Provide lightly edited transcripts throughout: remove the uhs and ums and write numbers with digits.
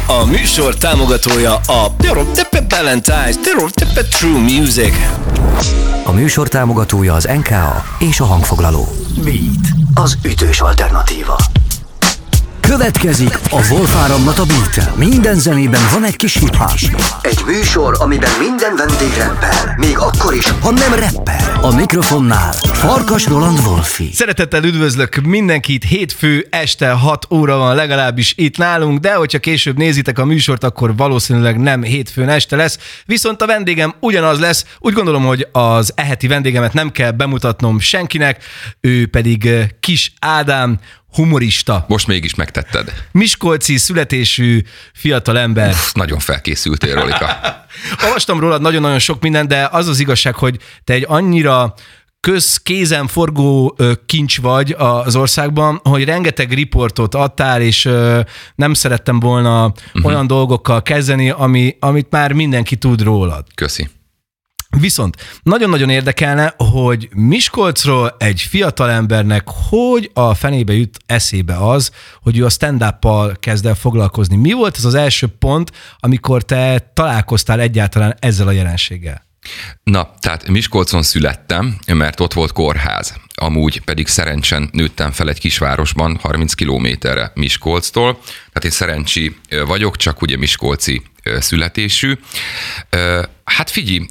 A műsor támogatója a Valentine's True Music. A műsor támogatója az NKA és a hangfoglaló. Beat, az ütős alternatíva. Következik a Wolfáramlat a Beat. Minden zenében van egy kis hip-hop. Egy műsor, amiben minden vendég rappel, még akkor is, ha nem rapper. A mikrofonnál Farkas Roland Wolfi. Szeretettel üdvözlök mindenkit, hétfő este 6 óra van legalábbis itt nálunk, de hogyha később nézitek a műsort, akkor valószínűleg nem hétfőn este lesz, viszont a vendégem ugyanaz lesz. Úgy gondolom, hogy az eheti vendégemet nem kell bemutatnom senkinek, ő pedig Kis Ádám, humorista. Most mégis megtetted. Miskolci születésű fiatalember. Nagyon felkészültél, Rolika. Olvastam rólad nagyon-nagyon sok minden, de az az igazság, hogy te egy annyira kézenforgó kincs vagy az országban, hogy rengeteg riportot adtál, és nem szerettem volna olyan dolgokkal kezdeni, amit már mindenki tud rólad. Köszi. Viszont nagyon-nagyon érdekelne, hogy Miskolcról egy fiatalembernek hogy a fenébe jut eszébe az, hogy ő a stand-up-pal kezd el foglalkozni. Mi volt az első pont, amikor te találkoztál egyáltalán ezzel a jelenséggel? Na, tehát Miskolcon születtem, mert ott volt kórház. Amúgy pedig szerencsen nőttem fel egy kisvárosban, 30 kilométerre Miskolctól. Tehát én szerencsi vagyok, csak ugye miskolci születésű. Hát figyelj,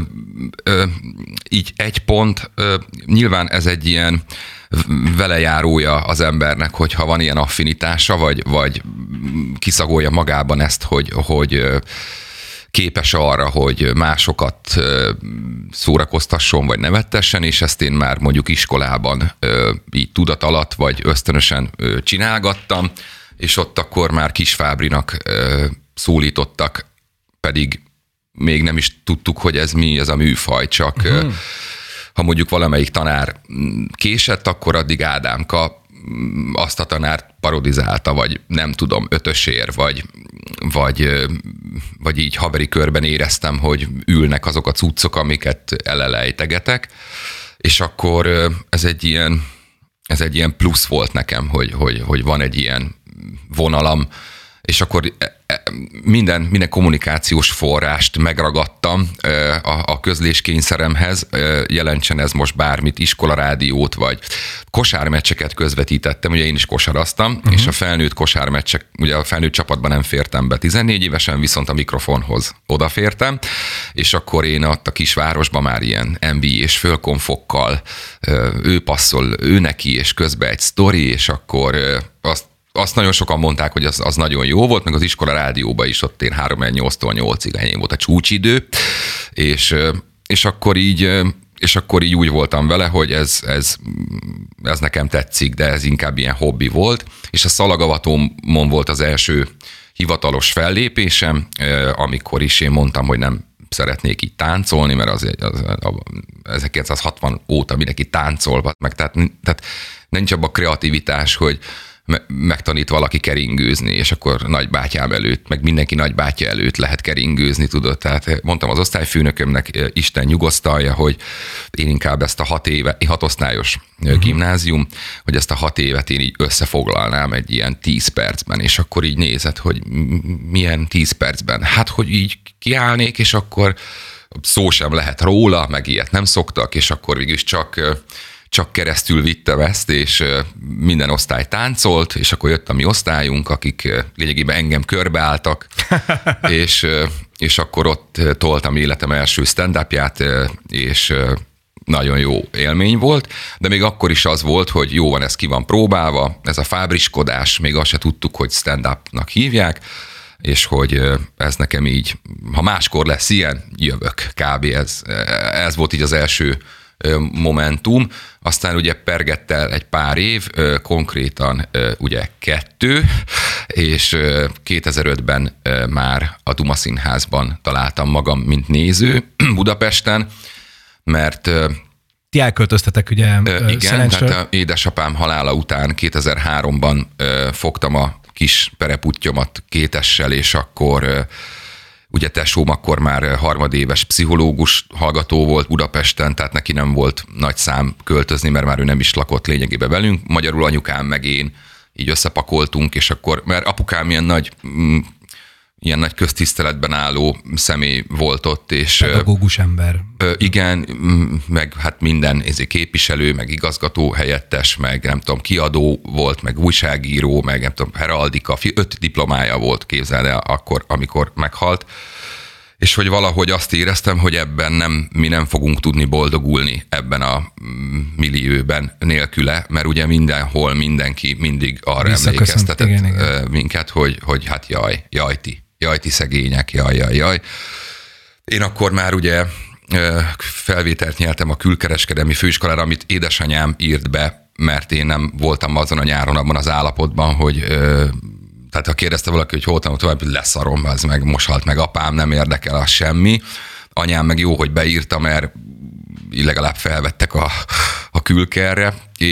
így egy pont, nyilván ez egy ilyen velejárója az embernek, hogyha van ilyen affinitása, vagy kiszagolja magában ezt, hogy képes arra, hogy másokat szórakoztasson, vagy nevettessen, és ezt én már mondjuk iskolában így tudat alatt, vagy ösztönösen csinálgattam, és ott akkor már Kisfábrinak szólítottak, pedig még nem is tudtuk, hogy ez mi, ez a műfaj, csak ha mondjuk valamelyik tanár késett, akkor addig Ádámka azt a tanárt parodizálta, vagy nem tudom, ötösér, vagy így haveri körben éreztem, hogy ülnek azok a cuccok, amiket elelejtegetek, és akkor ez egy ilyen plusz volt nekem, hogy van egy ilyen vonalam, és akkor minden kommunikációs forrást megragadtam a közléskényszeremhez, jelentsen ez most bármit, iskolarádiót, vagy kosármeccseket közvetítettem, ugye én is kosaraztam, és a felnőtt kosármeccsek, ugye a felnőtt csapatban nem fértem be 14 évesen, viszont a mikrofonhoz odafértem, és akkor én ott a kisvárosban már ilyen NBA-s fölkonfokkal, ő passzol, ő neki, és közben egy sztori, és akkor azt nagyon sokan mondták, hogy az nagyon jó volt, meg az iskola rádióban is ott én 3-8-tól 8-ig ennyi volt a csúcsidő, és akkor így úgy voltam vele, hogy ez nekem tetszik, de ez inkább ilyen hobbi volt, és a Szalagavatómon volt az első hivatalos fellépésem, amikor is én mondtam, hogy nem szeretnék így táncolni, mert az 1960 óta mindenki táncol, meg tehát nincs abban a kreativitás, hogy megtanít valaki keringőzni, és akkor nagybátyám előtt, meg mindenki nagybátyja előtt lehet keringőzni, tudod. Tehát mondtam az osztályfőnökömnek, Isten nyugosztalja, hogy én inkább ezt a 6 osztályos gimnázium, hogy ezt a 6 évet én így összefoglalnám egy ilyen 10 percben, és akkor így nézed, hogy milyen 10 percben. Hát, hogy így kiállnék, és akkor szó sem lehet róla, meg ilyet nem szoktak, és akkor végülis csak keresztül vittem ezt, és minden osztály táncolt, és akkor jött a mi osztályunk, akik lényegében engem körbeálltak, és akkor ott toltam életem első stand-upját, és nagyon jó élmény volt, de még akkor is az volt, hogy jó van, ez ki van próbálva, ez a fábriskodás, még azt se tudtuk, hogy stand-upnak hívják, és hogy ez nekem így, ha máskor lesz ilyen, jövök, kb. Ez volt így az első momentum, aztán ugye pergett el egy pár év, konkrétan ugye 2, és 2005-ben már a Duma Színházban találtam magam, mint néző Budapesten, mert ti elköltöztetek ugye igen, tehát édesapám halála után 2003-ban fogtam a kis pereputyomat 2-essel, és akkor ugye tesóm akkor már harmadéves pszichológus hallgató volt Budapesten, tehát neki nem volt nagy szám költözni, mert már ő nem is lakott lényegében velünk. Magyarul anyukám meg én így összepakoltunk, és akkor, mert apukám ilyen nagy ilyen nagy köztiszteletben álló személy volt ott, és... Pedagógus ember. Igen, meg hát minden képviselő, meg igazgató helyettes, meg nem tudom, kiadó volt, meg újságíró, meg nem tudom, heraldika, 5 diplomája volt, képzeld el akkor, amikor meghalt. És hogy valahogy azt éreztem, hogy ebben mi nem fogunk tudni boldogulni ebben a millióben nélküle, mert ugye mindenhol mindenki mindig arra emlékeztetett minket, hogy hát jaj ti szegények, jaj. Én akkor már ugye felvételt nyertem a külkereskedelmi főiskolára, amit édesanyám írt be, mert én nem voltam azon a nyáron abban az állapotban, hogy tehát ha kérdezte valaki, hogy hol tanul tovább, leszarom, az meg most halt meg apám, nem érdekel az semmi. Anyám meg jó, hogy beírta, mert legalább felvettek a külkerre,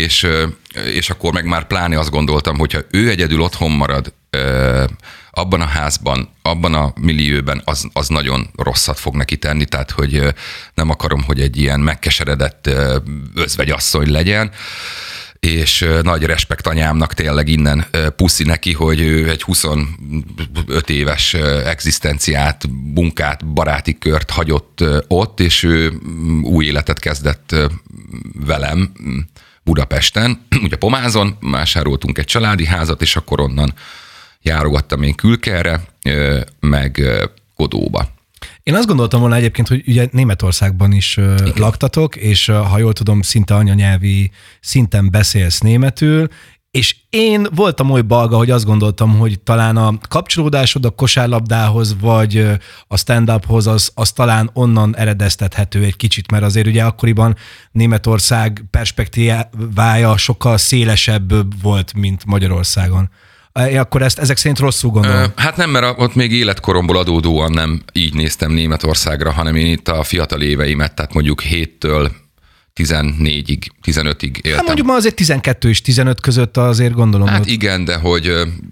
és akkor meg már pláne azt gondoltam, hogyha ő egyedül otthon marad abban a házban, abban a millióben, az nagyon rosszat fog neki tenni, tehát hogy nem akarom, hogy egy ilyen megkeseredett özvegyasszony legyen, és nagy respekt anyámnak tényleg innen puszi neki, hogy ő egy 25 éves egzisztenciát, munkát, baráti kört hagyott ott, és ő új életet kezdett velem Budapesten. Ugye Pomázon vásároltunk egy családi házat, és akkor onnan járogattam én Külkerre, meg Godóba. Én azt gondoltam volna egyébként, hogy ugye Németországban is laktatok, és ha jól tudom, szinte anyanyelvi szinten beszélsz németül, és én voltam oly balga, hogy azt gondoltam, hogy talán a kapcsolódásod a kosárlabdához, vagy a stand-uphoz, az talán onnan eredeztethető egy kicsit, mert azért ugye akkoriban Németország perspektívája sokkal szélesebb volt, mint Magyarországon. Akkor ezek szerint rosszul gondolom. Hát nem, mert ott még életkoromból adódóan nem így néztem Németországra, hanem én itt a fiatal éveimet, tehát mondjuk 7-től 14-ig, 15-ig éltem. Hát mondjuk ma azért 12 és 15 között azért gondolom. Hát igen, de hogy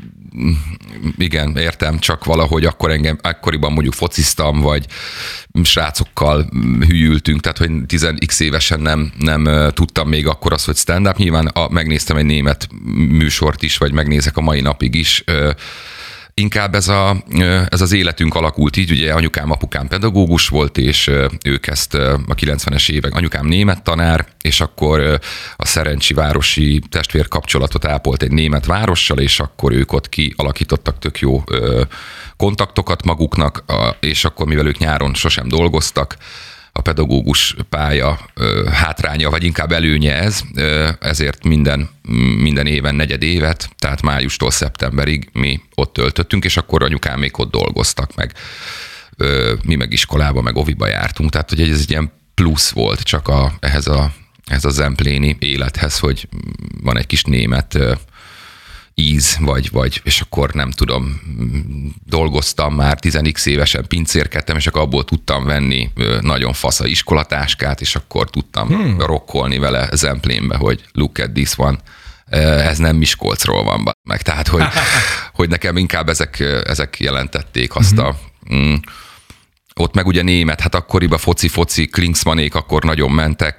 igen, értem, csak valahogy akkoriban mondjuk fociztam, vagy srácokkal hülyültünk, tehát hogy 10x évesen nem tudtam még akkor azt, hogy stand-up. Nyilván megnéztem egy német műsort is, vagy megnézek a mai napig is. Inkább ez az életünk alakult így, ugye anyukám, apukám pedagógus volt, és ők ezt a 90-es évek, anyukám német tanár, és akkor a Szerencsivárosi testvérkapcsolatot ápolt egy német várossal, és akkor ők ott kialakítottak tök jó kontaktokat maguknak, és akkor mivel ők nyáron sosem dolgoztak, a pedagógus pálya hátránya, vagy inkább előnye ezért minden éven 4 évet, tehát májustól szeptemberig mi ott töltöttünk, és akkor anyukám még ott dolgoztak, meg mi meg iskolába, meg oviba jártunk, tehát hogy ez egy ilyen plusz volt csak ehhez a zempléni élethez, hogy van egy kis német íz, vagy, és akkor nem tudom, dolgoztam már 10x évesen, pincérkedtem, és akkor abból tudtam venni nagyon fasza iskolatáskát, és akkor tudtam rokkolni vele Zemplénbe, hogy look at this one, ez nem Miskolcról van meg. Tehát, hogy nekem inkább ezek jelentették azt ott meg ugye német, hát akkoriban foci, Klinsmannék akkor nagyon mentek,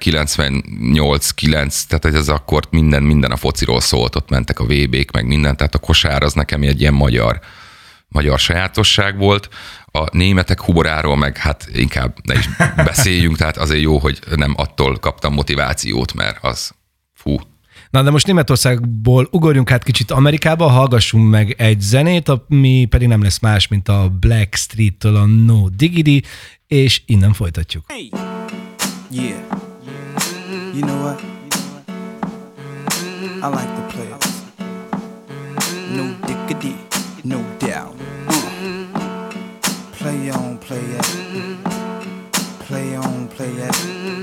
98-9, tehát ez akkor minden a fociról szólt, ott mentek a VB-k, meg minden, tehát a kosár az nekem egy ilyen magyar sajátosság volt. A németek humoráról meg hát inkább ne is beszéljünk, tehát azért jó, hogy nem attól kaptam motivációt, mert az fú. Na, de most Németországból ugorjunk át kicsit Amerikába, hallgassunk meg egy zenét, ami pedig nem lesz más, mint a Blackstreet-től a No Diggity, és innen folytatjuk. Hey. Yeah. You know what? I like to play it. No diggity, no doubt. Play on, play it. Play on, play it.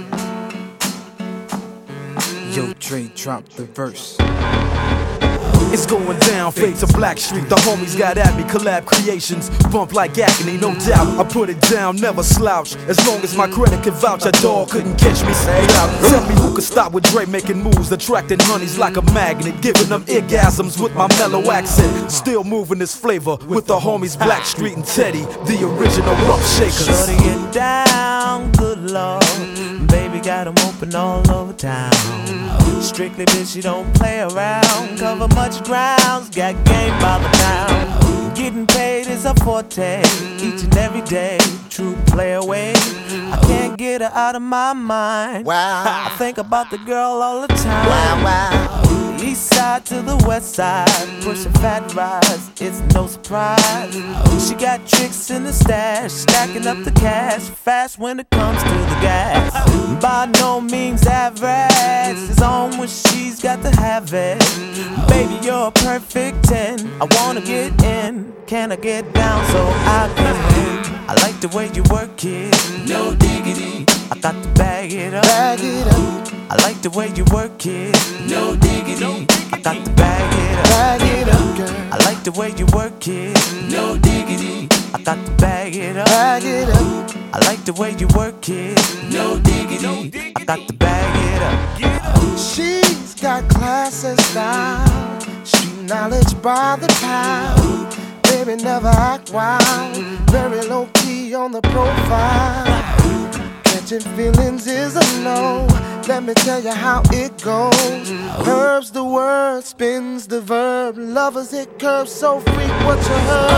Yo, Dre, drop the verse. It's going down, fade to Blackstreet. The homies got at me, collab creations. Bump like agony, no doubt. I put it down, never slouch. As long as my credit can vouch, a dog couldn't catch me. Say out. Tell me who could stop with Dre making moves, attracting honeys like a magnet, giving them orgasms with my mellow accent. Still moving this flavor with the homies Blackstreet and Teddy, the original rough shakers. Shutting it down, good lord. Baby got them open all over town. Strictly bitch, you don't play around. Cover much grounds, got game by the pound. Getting paid is a forte. Each and every day, true play away. I can't get her out of my mind. Wow. I think about the girl all the time. Wow, wow. The east side to the west side, pushing fat rides, it's no surprise. She got tricks in the stash, stacking up the cash, fast when it comes to the gas. By no means average, it's on when she's got to have it. Baby, you're a perfect 10, I wanna get in. Can I get down so I can win? I like the way you work it, no diggity. I got to bag it up. Bag it up. I like the way you work it, no diggity. I got to bag it up. Bag it up, girl. I like the way you work it, no diggity. I got to bag it up. Bag it up. I like the way you work it, no diggity. I got to bag it up. She's got class and style, street knowledge by the pound. Baby, never act wild, very low key on the profile. Catching feelings is a no. Let me tell you how it goes. Herbs the word, spins the verb. Lovers hit curves so freak what you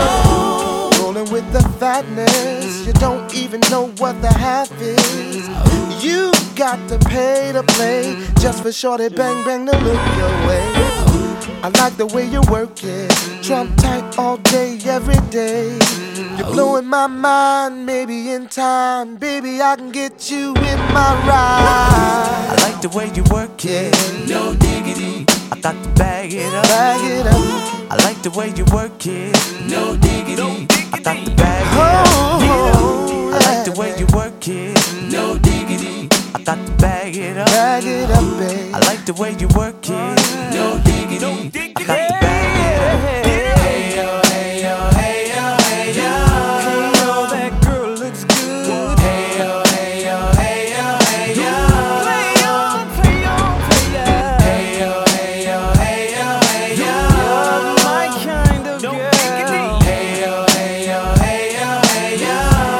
heard. Rolling with the fatness, you don't even know what the half is. You got to pay to play just for shorty bang bang to look your way. I like the way you work it, trump tight all day, every day. You're blowing my mind, maybe in time, baby, I can get you in my ride. I like the way you work it, no diggity. I got to bag it up. Bag it up. I like the way you work it, no diggity. I got to bag it up. I like the way you work it, no diggity. I got to bag it up. Bag it up, babe. I like the way you work it, no diggity. I got to bag it up. Hey yo, hey yo, hey yo, hey yo. Hey yo, that girl looks good. Hey yo, hey yo, hey yo, hey yo. Play on, play on, play on. Hey yo, hey yo, hey yo, hey yo. You're my kind of girl. Hey yo, hey yo, hey yo, hey yo.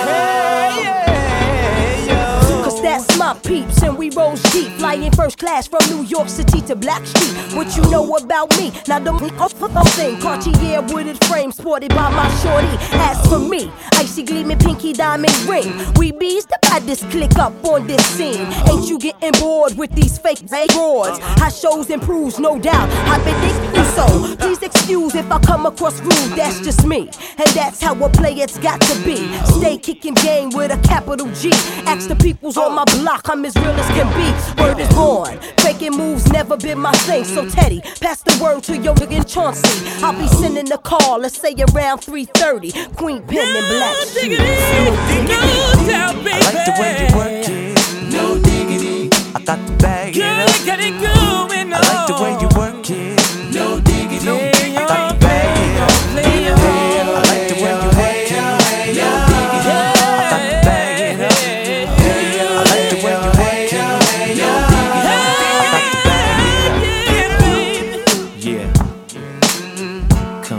Hey yo. Cause that's my peeps and we rose deep, flying first class from New York City to Blackstreet. What you know about me? Now don't thing. Cartier wooded frame sported by my shorty. As for me, icy gleaming pinky diamond ring. We bees the baddest click up on this scene. Ain't you getting bored with these fake broads? How shows improves, no doubt. I've been thinking so. Please excuse if I come across rude. That's just me, and that's how a player's got to be. Stay kicking game with a capital G. Ask the peoples on my block, I'm as real as can be. Word is born. Faking moves never been my thing. So Teddy, pass the word to your nigga Chauncey. I'll be sending a call, let's say around 3:30. Queen Pen and Black Shoes. No doubt, baby. I like the way you work it, no diggity. I got to bag it up. Got it going on. I like the way you work it, no diggity. I got to bag it up. I like the way you work it, no diggity. I got to bag it up. I like the way you work it, no diggity. I got to bag it up. Yeah. Come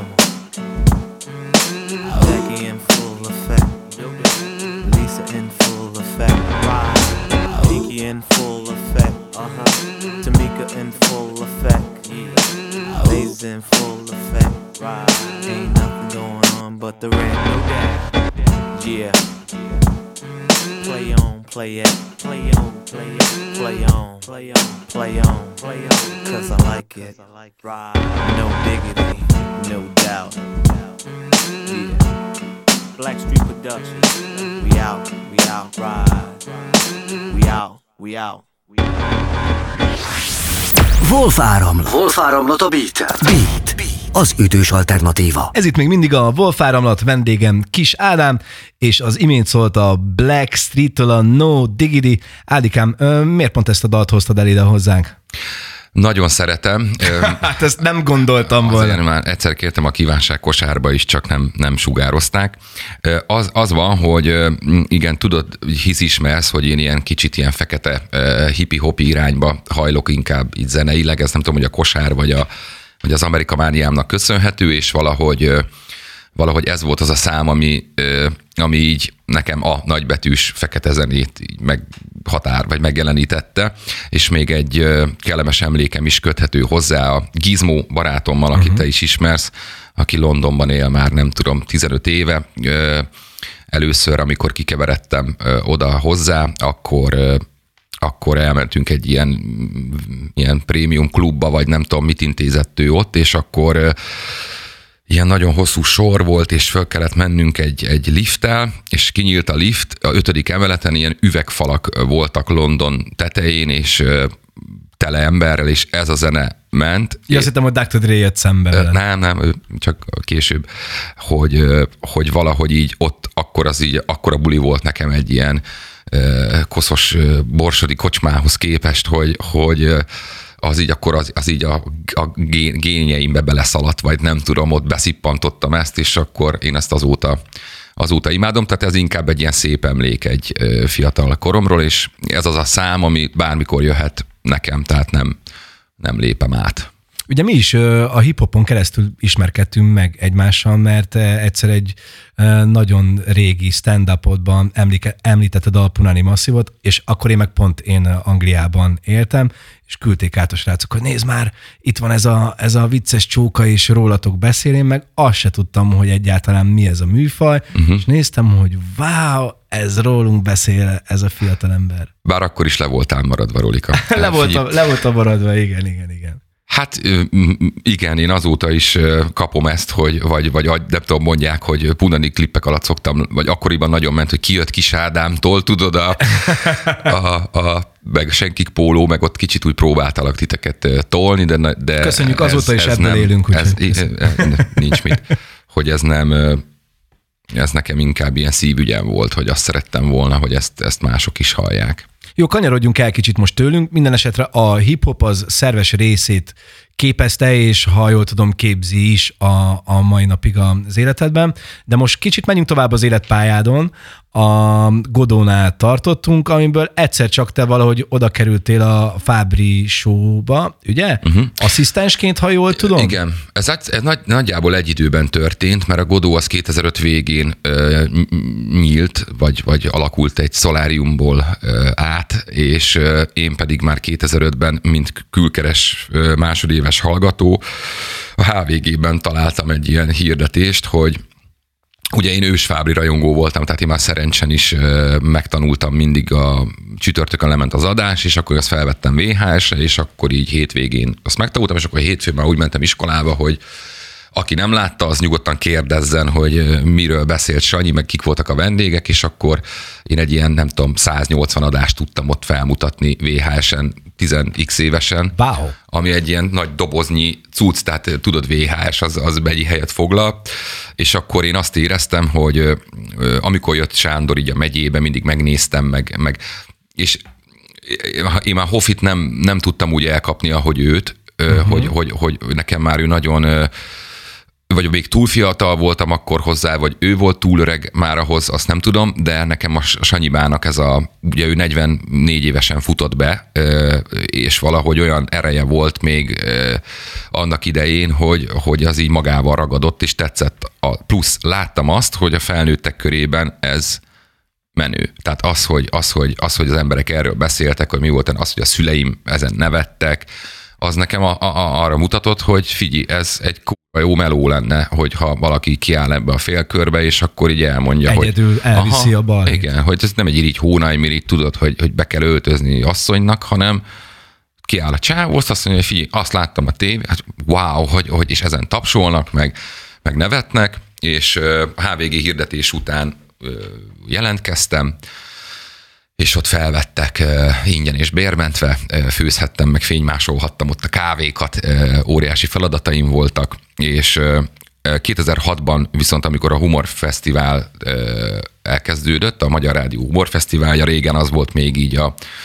on. Becky in full effect. Lisa in full effect. Pinky in full effect. Tamika in full effect. Lays in full effect. Ain't nothing going on but the rent. Yeah. Play on, play it. Play on, play it. Play on, play on, play on, play on. Cause I like it. No diggity, no doubt. Yeah. Blackstreet Productions. We out, we out, ride. We out, we out. Wolfáramlat a beat. Beat. Az ütős alternatíva. Ez itt még mindig a Wolfáramlat, vendégem Kis Ádám, és az imént szólt a Blackstreet-től a No Diggity. Ádikám, miért pont ezt a dalt hoztad el ide hozzánk? Nagyon szeretem. Hát ezt nem gondoltam volna. Azért már egyszer kértem a kívánság kosárba is, csak nem sugározták. Az van, hogy igen, tudod, hisz ismersz, hogy én ilyen kicsit ilyen fekete hippi-hopi irányba hajlok inkább így zeneileg, ezt nem tudom, hogy a kosár vagy az amerikamániámnak köszönhető, és valahogy ez volt az a szám, ami így nekem a nagybetűs fekete zenét így megjelenítette, és még egy kellemes emlékem is köthető hozzá a Gizmo barátommal, akit te is ismersz, aki Londonban él már nem tudom 15 éve. Először, amikor kikeveredtem oda hozzá, akkor elmentünk egy ilyen prémium klubba, vagy nem tudom, mit intézett ő ott, és akkor ilyen nagyon hosszú sor volt, és föl kellett mennünk egy lifttel, és kinyílt a lift, a 5. emeleten ilyen üvegfalak voltak London tetején, és tele emberrel, és ez a zene ment. Ja, azt hittem, hogy Dr. Dre jött szembe vele. Nem, csak később, hogy valahogy így ott akkor a buli volt nekem egy ilyen koszos borsodi kocsmához képest, hogy az így akkor az így a génjeimbe beleszaladt, vagy nem tudom, ott beszippantottam ezt, és akkor én ezt azóta imádom, tehát ez inkább egy ilyen szép emlék egy fiatal koromról, és ez az a szám, ami bármikor jöhet nekem, tehát nem lépem át. Ugye mi is a hip-hopon keresztül ismerkedtünk meg egymással, mert egyszer egy nagyon régi stand-upodban említetted a Punani Masszívot, és akkor én Angliában éltem, és küldték át a srácok, hogy nézd már, itt van ez a vicces csóka, és rólatok beszél, én meg azt se tudtam, hogy egyáltalán mi ez a műfaj, és néztem, hogy wow, ez rólunk beszél, ez a fiatalember. Bár akkor is le voltál maradva, Rolika. le voltam maradva, igen. Hát igen, én azóta is kapom ezt, vagy nem tudom, mondják, hogy Punani klippek alatt szoktam, vagy akkoriban nagyon ment, hogy kijött Kis Ádámtól, tudod, meg Senkik póló, meg ott kicsit úgy próbáltalak titeket tolni, de köszönjük, azóta is ebből élünk. Nincs mit. Hogy ez nekem inkább ilyen szívügyem volt, hogy azt szerettem volna, hogy ezt mások is hallják. Jó, kanyarodjunk el kicsit most tőlünk. Minden esetre a hip-hop az szerves részét képezte, és ha jól tudom, képzi is a mai napig az életedben. De most kicsit menjünk tovább az életpályádon. A Godónál tartottunk, amiből egyszer csak te valahogy oda kerültél a Fábri Show-ba, ugye? Asszisztensként, ha jól tudom? Igen. Ez nagyjából egy időben történt, mert a Godó az 2005 végén nyílt, vagy alakult egy szoláriumból át, és én pedig már 2005-ben, mint külkeres másodéves hallgató, a HVG-ben találtam egy ilyen hirdetést, hogy ugye én ős Fábri rajongó voltam, tehát én már szerencsen is megtanultam mindig, a csütörtökön lement az adás, és akkor azt felvettem VHS-re, és akkor így hétvégén azt megtanultam, és akkor hétfőn már úgy mentem iskolába, hogy aki nem látta, az nyugodtan kérdezzen, hogy miről beszélt Sanyi, meg kik voltak a vendégek, és akkor én egy ilyen, nem tudom, 180 adást tudtam ott felmutatni VHS-en 10x évesen, wow. Ami egy ilyen nagy doboznyi cucc, tehát tudod, VHS az mennyi helyet foglal, és akkor én azt éreztem, hogy amikor jött Sándor így a megyébe, mindig megnéztem, meg és én már Hoffit nem tudtam úgy elkapni, ahogy őt, hogy nekem már ő nagyon, vagy még túl fiatal voltam akkor hozzá, vagy ő volt túl öreg már ahhoz, azt nem tudom, de nekem a Sanyibának ugye ő 44 évesen futott be, és valahogy olyan ereje volt még annak idején, hogy az így magával ragadott, és tetszett. Plusz láttam azt, hogy a felnőttek körében ez menő. Tehát az, hogy az emberek erről beszéltek, hogy mi volt az, hogy a szüleim ezen nevettek, az nekem arra mutatott, hogy figyelj, ez egy jó meló lenne, hogyha valaki kiáll ebbe a félkörbe, és akkor így elmondja, egyedül elviszi a bal. Igen, hogy ez nem egy irigy hónajmirigy, tudod, hogy be kell öltözni asszonynak, hanem kiáll a csávó, azt mondja, hogy figyelj, azt láttam a tévén, hát wow, hogy és ezen tapsolnak, meg nevetnek, és HVG hirdetés után jelentkeztem, és ott felvettek ingyen és bérmentve, főzhettem, meg fénymásolhattam ott a kávékat, óriási feladataim voltak, és 2006-ban viszont, amikor a Humorfesztivál elkezdődött, a Magyar Rádió Humorfesztiválja, régen az volt még így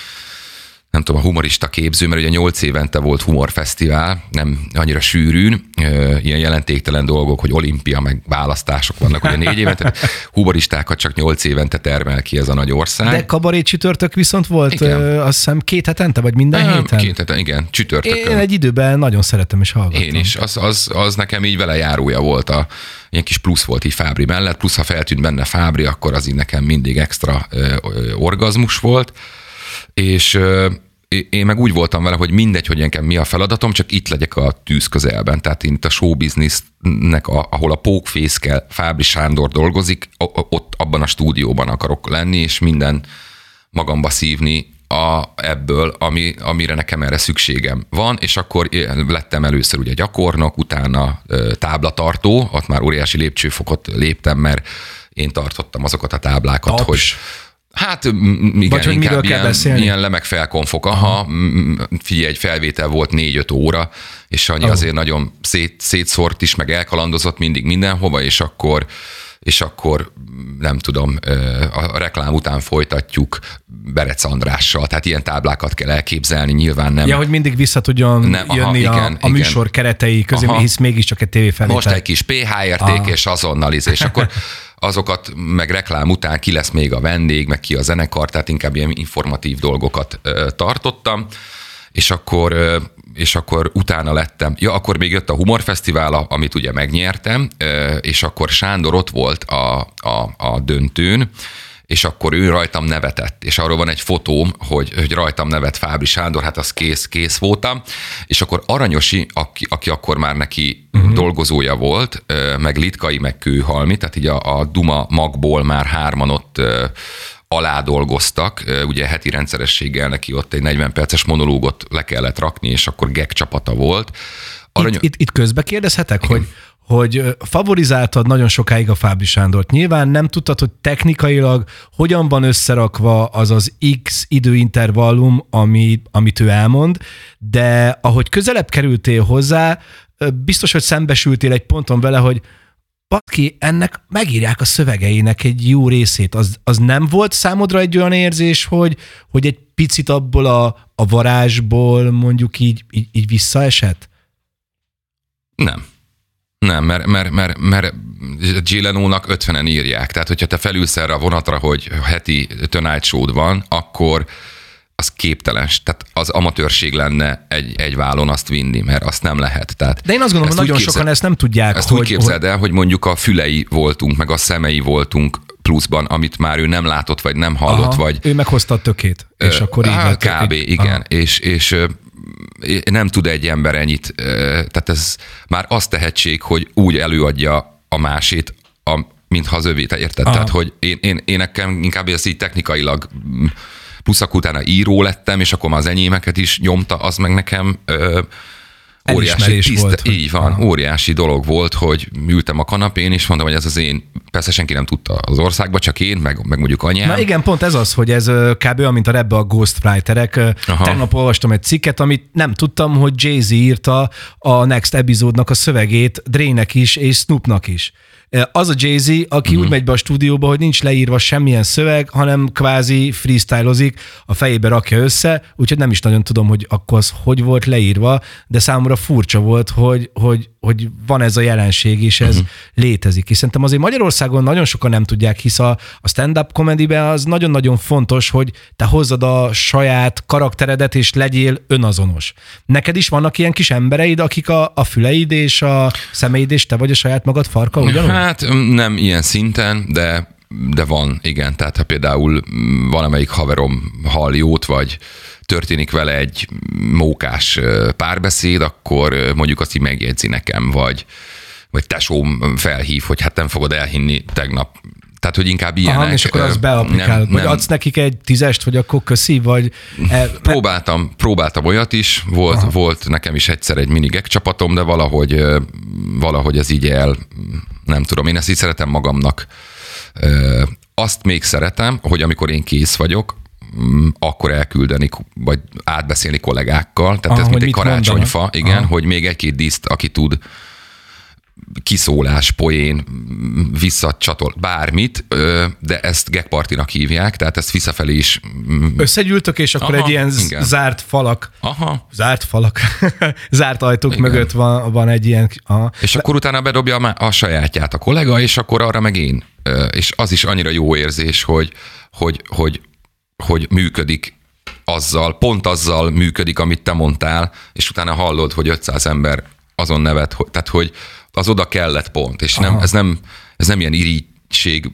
nem tudom, a humorista képző, mert ugye 8 évente volt humorfesztivál, nem annyira sűrűn, ilyen jelentéktelen dolgok, hogy olimpia, meg választások vannak, ugye 4 évente, humoristákat csak 8 évente termel ki ez a nagy ország. De kabarét csütörtök viszont volt, azt hiszem 2 hetente, vagy minden héten? 2 hetente, igen, csütörtökön. Én egy időben nagyon szerettem és hallgattam. Én is, az nekem így velejárója volt, ilyen kis plusz volt így Fábri mellett, plusz ha feltűnt benne Fábri, akkor az így nekem mindig extra orgazmus volt, és én meg úgy voltam vele, hogy mindegy, hogy nekem mi a feladatom, csak itt legyek a tűz közelben. Tehát én itt a showbiznisznek, ahol a Pókfészkel Fábri Sándor dolgozik, ott abban a stúdióban akarok lenni, és minden magamba szívni ebből, amire nekem erre szükségem van, és akkor lettem először ugye gyakornok, utána táblatartó, ott már óriási lépcsőfokot léptem, mert én tartottam azokat a táblákat, hogy hát igen, vagy, hogy inkább ilyen lemegfelkonfok. Figyelj, egy felvétel volt 4-5 óra, és Sanyi azért nagyon szétszórt is, meg elkalandozott mindig mindenhova, és akkor nem tudom, a reklám után folytatjuk Berec Andrással, tehát ilyen táblákat kell elképzelni, nyilván nem. Ja, hogy mindig vissza tudjon jönni a műsor keretei közé, hisz mégiscsak egy tévéfelvétel. Most egy kis PH érték, és azonnal és akkor azokat meg reklám után ki lesz még a vendég, meg ki a zenekar, tehát inkább ilyen informatív dolgokat tartottam, és akkor utána lettem. Ja, akkor még jött a Humorfesztivál, amit ugye megnyertem, és akkor Sándor ott volt a döntőn, és akkor ő rajtam nevetett, és arról van egy fotóm, hogy rajtam nevet Fábri Sándor, hát az kész voltam, és akkor Aranyosi, aki akkor már neki dolgozója volt, meg Litkai, meg Kőhalmi, tehát így a Duma magból már hárman ott alá dolgoztak, ugye heti rendszerességgel neki ott egy 40 perces monológot le kellett rakni, és akkor gag csapata volt. Itt közbe kérdezhetek, hogy favorizáltad nagyon sokáig a Fábri Sándort. Nyilván nem tudtad, hogy technikailag hogyan van összerakva az X időintervallum, amit ő elmond, de ahogy közelebb kerültél hozzá, biztos, hogy szembesültél egy ponton vele, hogy baszki, ennek megírják a szövegeinek egy jó részét. Az nem volt számodra egy olyan érzés, hogy egy picit abból a varázsból mondjuk így visszaesett? Nem, mert Jay Leno-nak 50-en írják. Tehát, hogyha te felülsz erre a vonatra, hogy heti Tonight Show-d van, akkor az képtelen. Tehát az amatőrség lenne egy vállon azt vinni, mert azt nem lehet. Tehát de én azt gondolom, hogy nagyon sokan ezt nem tudják. Ezt úgy képzeld el, hogy mondjuk a fülei voltunk, meg a szemei voltunk pluszban, amit már ő nem látott, vagy nem hallott, vagy... Ő meghozta a tökét, és akkor így lett. Kb. Igen. És nem tud egy ember ennyit, tehát ez már az tehetség, hogy úgy előadja a másét, mintha az övét, érted? Tehát, hogy én nekem inkább ez így technikailag plusz akkor utána író lettem, és akkor már az enyémeket is nyomta, az meg nekem óriási volt. Így van, óriási dolog volt, hogy ültem a kanapén, és mondtam, hogy ez az én, persze senki nem tudta az országban, csak én, meg mondjuk anyám. Na igen, pont ez az, hogy ez kb. Olyan, mint a rapbe a ghostwriterek. Tegnap olvastam egy cikket, amit nem tudtam, hogy Jay-Z írta a Next epizódnak a szövegét Dre-nek is, és Snoopnak is. Az a Jay-Z, aki úgy megy be a stúdióba, hogy nincs leírva semmilyen szöveg, hanem kvázi freestylozik, a fejébe rakja össze, úgyhogy nem is nagyon tudom, hogy akkor az hogy volt leírva, de számomra furcsa volt, hogy van ez a jelenség, és ez létezik. És szerintem azért Magyarországon nagyon sokan nem tudják, hisz a stand-up comedyben az nagyon-nagyon fontos, hogy te hozzad a saját karakteredet, és legyél önazonos. Neked is vannak ilyen kis embereid, akik a füleid és a szemeid, és te vagy a saját magad farka, ugyanúgy? Hát nem ilyen szinten, de van, igen. Tehát ha például valamelyik haverom hall jót, vagy történik vele egy mókás párbeszéd, akkor mondjuk azt így megjegyzi nekem, vagy tesóm felhív, hogy hát nem fogod elhinni tegnap. Tehát, hogy inkább ilyenek. És akkor az beapplikál. Vagy adsz nekik egy 10-est, hogy akkor köszi, vagy... Próbáltam olyat is, volt nekem is egyszer egy mini gag csapatom, de valahogy ez így nem tudom, én ezt így szeretem magamnak. Azt még szeretem, hogy amikor én kész vagyok, akkor elküldeni, vagy átbeszélni kollégákkal. Tehát ez mint egy karácsonyfa, mondanak. Igen, hogy még egy-két díszt, aki tud kiszólás, poén, visszacsatol, bármit, de ezt gagpartinak hívják, tehát ezt visszafelé is... Összegyűltök, és akkor egy ilyen igen. Zárt falak, zárt ajtók igen. Mögött van egy ilyen... És akkor utána bedobja a sajátját a kollega, és akkor arra meg én. És az is annyira jó érzés, hogy működik pont azzal működik, amit te mondtál, és utána hallod, hogy 500 ember azon nevet, tehát hogy az oda kellett pont, és ez nem ilyen irigység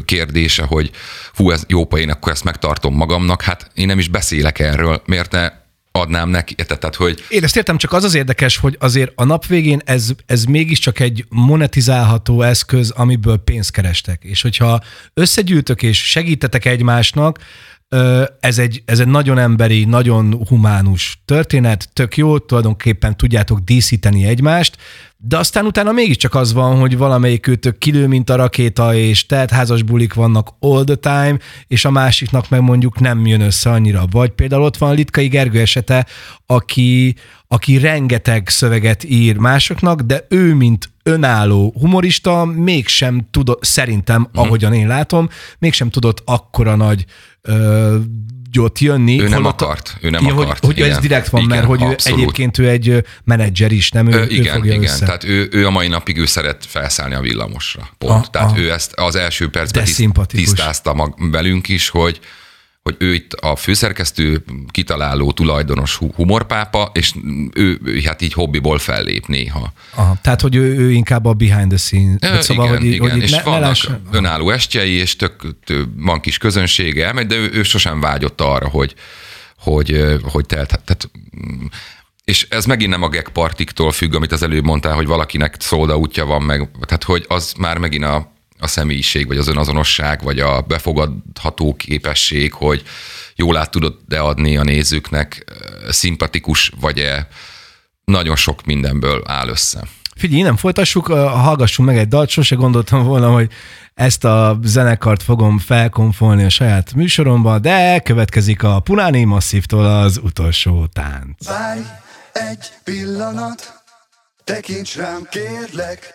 kérdése, hogy hú, ez jó poén, akkor ezt megtartom magamnak, hát én nem is beszélek erről, miért ne adnám neki, tehát hogy... Én ezt értem, csak az érdekes, hogy azért a nap végén ez mégiscsak egy monetizálható eszköz, amiből pénzt kerestek. És hogyha összegyűjtök és segítetek egymásnak, ez egy nagyon emberi, nagyon humánus történet, tök jó, tulajdonképpen tudjátok díszíteni egymást, de aztán utána mégiscsak az van, hogy valamelyik őtök kilő, mint a rakéta, és teltházas bulik vannak all the time, és a másiknak meg mondjuk nem jön össze annyira. Vagy például ott van a Litkai Gergő esete, aki rengeteg szöveget ír másoknak, de ő, mint önálló humorista, mégsem tudott, szerintem, ahogyan én látom, mégsem tudott akkora nagy jót jönni. Ő nem akart. Hogy ez direkt van, igen, mert hogy egyébként ő egy menedzser is, nem? Ő fogja össze. Tehát ő a mai napig ő szeret felszállni a villamosra. Pont. Tehát ő ezt az első percben tisztázta velünk is, hogy ő itt a főszerkesztő, kitaláló, tulajdonos humorpápa, és ő hát így hobbiból fellép néha. Aha, tehát, hogy ő inkább a behind the scenes. Szóval, igen. És vannak önálló estjei, és van kis közönsége, elmegy, de ő sosem vágyott arra, hogy tehát és ez megint nem a gag partiktól függ, amit az előbb mondtál, hogy valakinek szolda útja van meg, tehát hogy az már megint a személyiség, vagy az önazonosság, vagy a befogadható képesség, hogy jól át tudod-e adni a nézőknek, szimpatikus vagy-e, nagyon sok mindenből áll össze. Figyelj, innen folytassuk, hallgassunk meg egy dalt, sose gondoltam volna, hogy ezt a zenekart fogom felkonfolni a saját műsoromba, de következik a Punani Masszívtól az utolsó tánc. Várj egy pillanat, tekints rám, kérlek.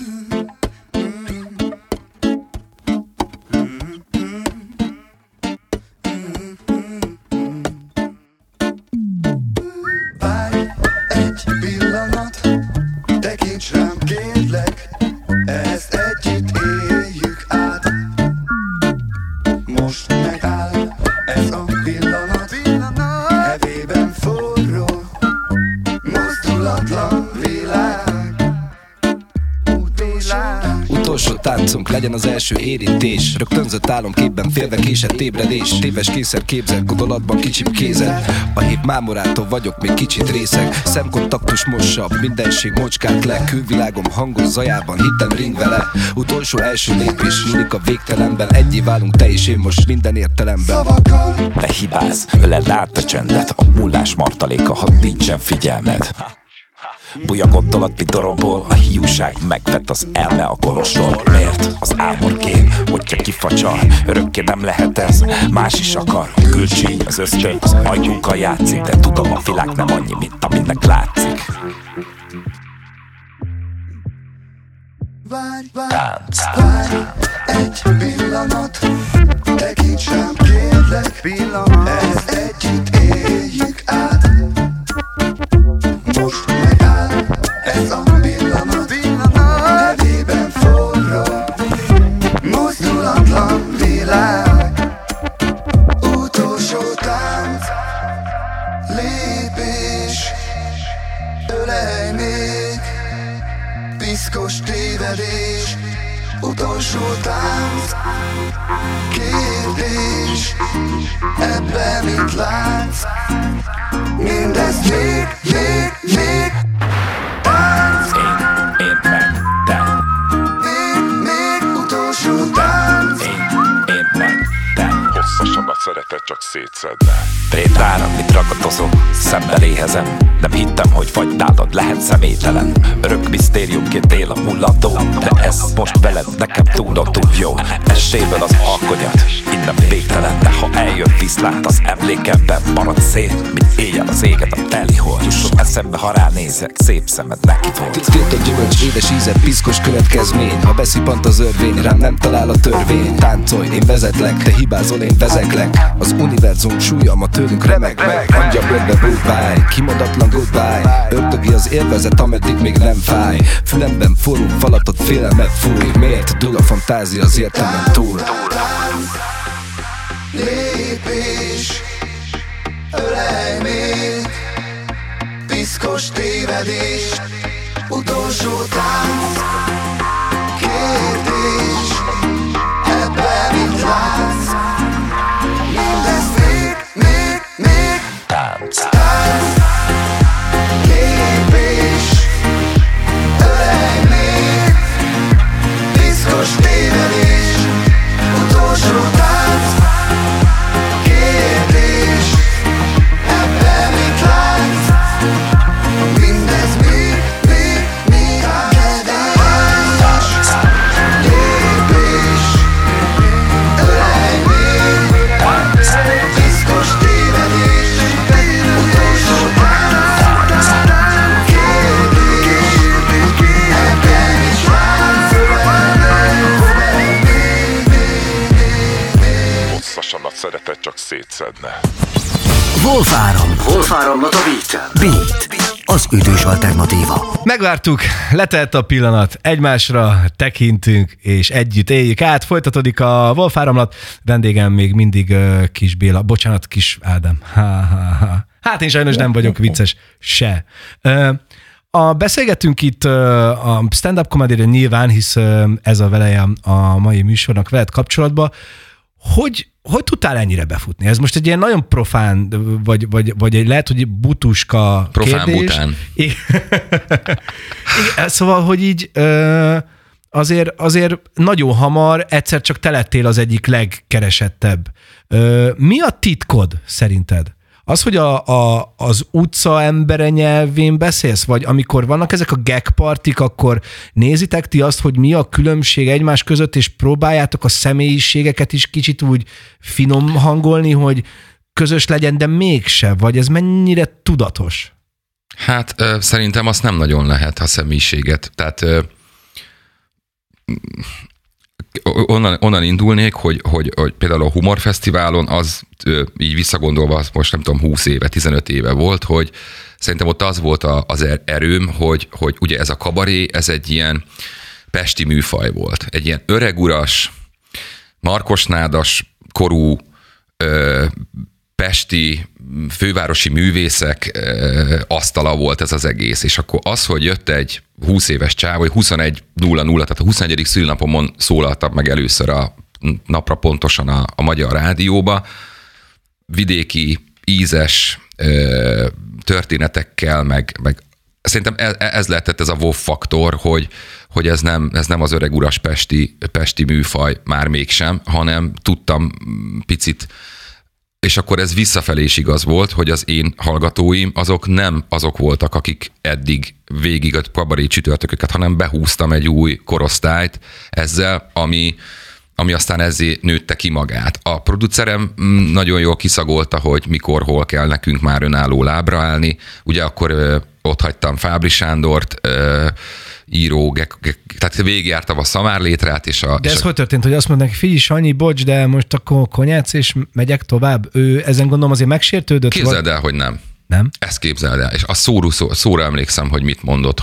Tekints rám, kérlek, ezt együtt éljük át. Most megáll ez a pillanat, hevében forró, mozdulatlan világ. Utolsó táncunk legyen az első érintés. Rögtönzött álomképben félve késett ébredés. Téves kényszer képzel, gondolatban kicsibb kézed. A hív mámorától vagyok még kicsit részeg. Szemkontaktus mosabb, mindenség mocskát le. Külvilágom hangos zajában, hittem ring vele. Utolsó első lépés, nyúlik a végtelenben. Egyé válunk te és én most minden értelemben. Ne hibázz, öleld át a csendet. A mullás martaléka, ha nincsen figyelmed. Bújja gondolat, mint doromból, a hiúság megvett az elme a kolostól. Miért? Az álmorkém, hogyha kifacsar, örökké nem lehet ez, más is akar. Külcsíny, az ösztön, az ajkunkkal játszik, de tudom, a világ nem annyi, mint aminek látszik. Tánc. Várj egy pillanat, tekints rám, kérlek, ezt együtt éljük át. Most megáll ez a pillanat, hevében forró, mozdulatlan világ. Utolsó tánc, lépés, ölej még, piszkos tévedés. Utolsó tánc, kérdés, ebben mit látsz? Mindezt még tánc. Én meg te. Még utolsó tánc. Én meg te. Hosszasabb a szeretet, csak szétszedve. Prétára, mit ragadozom, szembe éhezem. Nem hittem, hogy vagy nálad lehet személytelen. Örök misztériumként él a mullató, de ez most veled nekem túl jó. Esséből az alkonyat, innen végtelen. De ha eljön viszlát, az emlékemben marad szét, mint éjjel az éget a telihold. Jusson eszembe, ha ránézek, szép szemed neki volt. Tiltott gyümölcs, édes íze, piszkos következmény. Ha beszippant az örvény, rám nem talál a törvény. Táncolj, én vezetlek, te hibázol, én vezeklek. Az univerzum súlyama tőlünk remeg meg. Mondja bőrbe goodbye, kimondatlan goodbye. Ördögi az élvezet, ameddig még nem fáj. Fülemben forró falatot, félelmet fúj. Miért dől a fantázia az értelmen túl? Lépés, ölej még, piszkos tévedés. Utolsó tánc, kérdés, ebben mit látsz? Mindez még tánc. szétszedne. Wolfáram not a Beat, az ütős alternatíva. Megvártuk, letelt a pillanat, egymásra tekintünk, és együtt éljük át. Folytatódik a Wolfáramlat, vendégem még mindig Kis Béla, bocsánat, Kis Ádám. Hát én sajnos nem vagyok vicces se. Beszélgetünk itt a stand-up comedy-re nyilván, hisz ez a veleje a mai műsornak veled kapcsolatban. Hogy tudtál ennyire befutni? Ez most egy ilyen nagyon profán, vagy egy lehet, hogy butuska profán kérdés. Bután. Igen, szóval, hogy így azért nagyon hamar egyszer csak te lettél az egyik legkeresettebb. Mi a titkod szerinted? Az, hogy az utca embere nyelvén beszélsz, vagy amikor vannak ezek a gag partik, akkor nézitek ti azt, hogy mi a különbség egymás között, és próbáljátok a személyiségeket is kicsit úgy finom hangolni, hogy közös legyen, de mégse, vagy ez mennyire tudatos? Hát szerintem azt nem nagyon lehet a személyiséget. Tehát onnan indulnék, hogy például a Humorfesztiválon az így visszagondolva, az most nem tudom 20 éve, 15 éve volt, hogy szerintem ott az volt az erőm, hogy ugye ez a kabaré, ez egy ilyen pesti műfaj volt. Egy ilyen öreguras, markosnádas korú pesti fővárosi művészek asztala volt ez az egész, és akkor az, hogy jött egy 20 éves csáv, vagy 21.00, tehát a 21. szülinapomon szólaltam meg először a napra pontosan a Magyar Rádióba, vidéki, ízes történetekkel, meg szerintem ez lehetett ez a WoW faktor, hogy ez nem az öreg uras pesti műfaj már mégsem, hanem tudtam picit. És akkor ez visszafelé is igaz volt, hogy az én hallgatóim azok nem azok voltak, akik eddig végig a kabaré csütörtököket, hanem behúztam egy új korosztályt ezzel, ami aztán ezért nőtte ki magát. A producerem nagyon jól kiszagolta, hogy mikor, hol kell nekünk már önálló lábra állni. Ugye akkor ott hagytam Fábri Sándort, író, tehát végigjártam a Szamárlétrát. De ez hogy történt, hogy azt mondták, figyelj Sanyi, bocs, de most akkor konyác és megyek tovább? Ő ezen gondolom azért megsértődött? Képzeld el, hogy nem. Nem? Ezt képzeld el. És a szóra emlékszem, hogy mit mondott,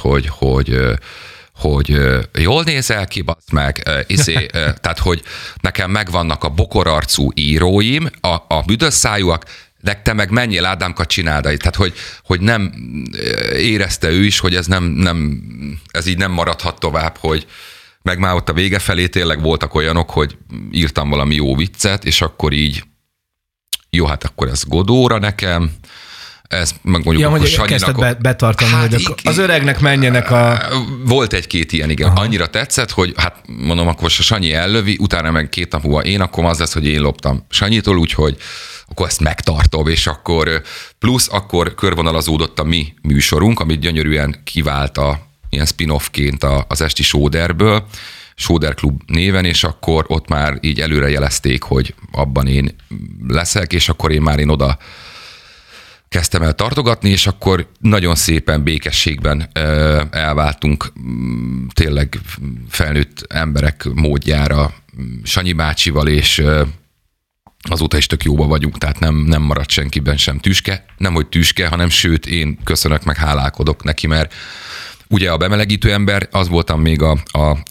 hogy jól nézel ki, bassz meg, tehát, hogy nekem megvannak a bokorarcú íróim, a büdös szájúak, de te meg menjél Ádámkat csináld. Tehát, hogy nem érezte ő is, hogy ez ez így nem maradhat tovább, hogy meg már ott a vége felé tényleg voltak olyanok, hogy írtam valami jó viccet, és akkor így jó, hát akkor ez Godóra nekem, ez meg mondjuk hogy kezdted betartani, hát hogy az öregnek menjenek a... Volt egy-két ilyen, igen. Aha. Annyira tetszett, hogy hát mondom, akkor Sanyi ellövi, utána meg 2 nap múlva én, akkor az lesz, hogy én loptam Sanyitól, úgyhogy akkor ezt megtartom, és akkor plusz akkor körvonalazódott a mi műsorunk, amit gyönyörűen kivált ilyen spin-offként az esti Sóderből, Sóder Klub néven, és akkor ott már így előre jelezték, hogy abban én leszek, és akkor én oda kezdtem el tartogatni, és akkor nagyon szépen békességben elváltunk tényleg felnőtt emberek módjára Sanyi bácsival, és azóta is tök jóba vagyunk, tehát nem maradt senkiben sem tüske. Nem, hogy tüske, hanem sőt, én köszönök, meg hálálkodok neki, mert ugye a bemelegítő ember, az voltam még a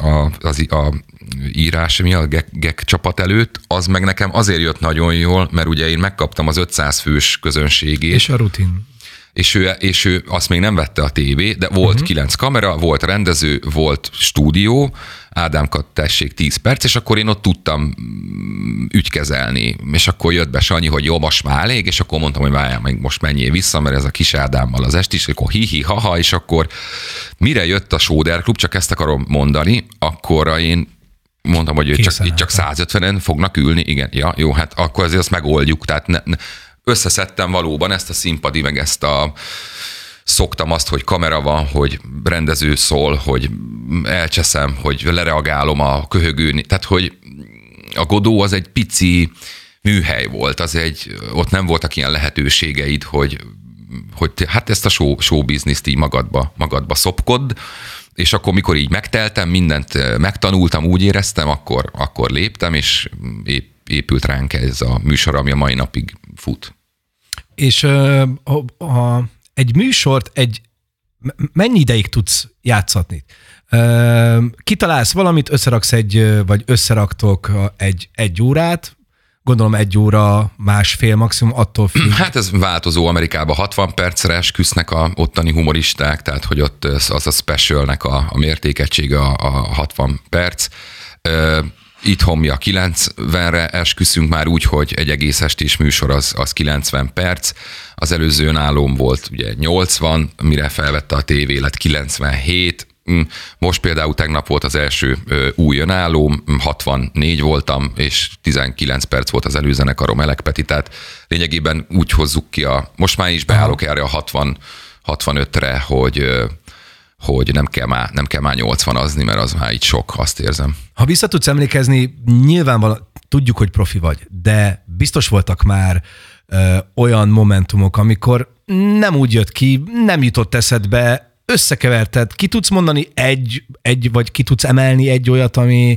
írás, a gek csapat előtt, az meg nekem azért jött nagyon jól, mert ugye én megkaptam az 500 fős közönségét. És a rutin. És ő azt még nem vette a tévé, de volt 9 kamera, volt rendező, volt stúdió, Ádámkat tessék 10 perc, és akkor én ott tudtam ügykezelni. És akkor jött be Sanyi, hogy jó, most már elég, és akkor mondtam, hogy várjál, meg most menjél vissza, mert ez a Kis Ádámmal az esti, és akkor hi-hi, ha-ha, és akkor mire jött a Sóder Klub, csak ezt akarom mondani, akkor én mondtam, hogy itt csak 150-en fognak ülni. Igen, ja, jó, hát akkor azért azt megoldjuk. Tehát összeszedtem valóban ezt a színpadi, meg ezt szoktam azt, hogy kamera van, hogy rendező szól, hogy elcseszem, hogy lereagálom a köhögőn. Tehát, hogy a Godó az egy pici műhely volt, ott nem voltak ilyen lehetőségeid, hogy hát ezt a show business-t így magadba szopkod, és akkor, mikor így megteltem, mindent megtanultam, úgy éreztem, akkor léptem, és épült ránk ez a műsor, ami a mai napig fut. És egy műsort mennyi ideig tudsz játszatni? Kitalálsz valamit, összeraksz vagy összeraktok egy órát, gondolom 1 óra, másfél maximum, attól függ. Hát ez változó. Amerikában 60 percre esküsznek a ottani humoristák, tehát hogy ott az a specialnek a mértékegysége a 60 perc. Itthon mi a 90-re esküszünk már úgy, hogy egy egész estés műsor az 90 perc. Az előző önállóm volt ugye 80, mire felvette a tévé, lett 97. Most például tegnap volt az első új önállóm, 64 voltam, és 19 perc volt az előzenekarom, Elek Peti, tehát lényegében úgy hozzuk ki most már is beállok erre a 65-re, hogy nem kell már 80-azni, mert az már így sok, azt érzem. Ha vissza tudsz emlékezni, nyilvánvalóan tudjuk, hogy profi vagy, de biztos voltak már olyan momentumok, amikor nem úgy jött ki, nem jutott eszedbe, összekeverted, ki tudsz mondani vagy ki tudsz emelni egy olyat,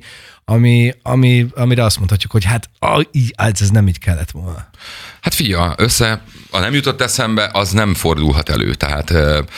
amire azt mondhatjuk, hogy hát ez nem így kellett volna. Hát figyelj, ha nem jutott eszembe, az nem fordulhat elő. Tehát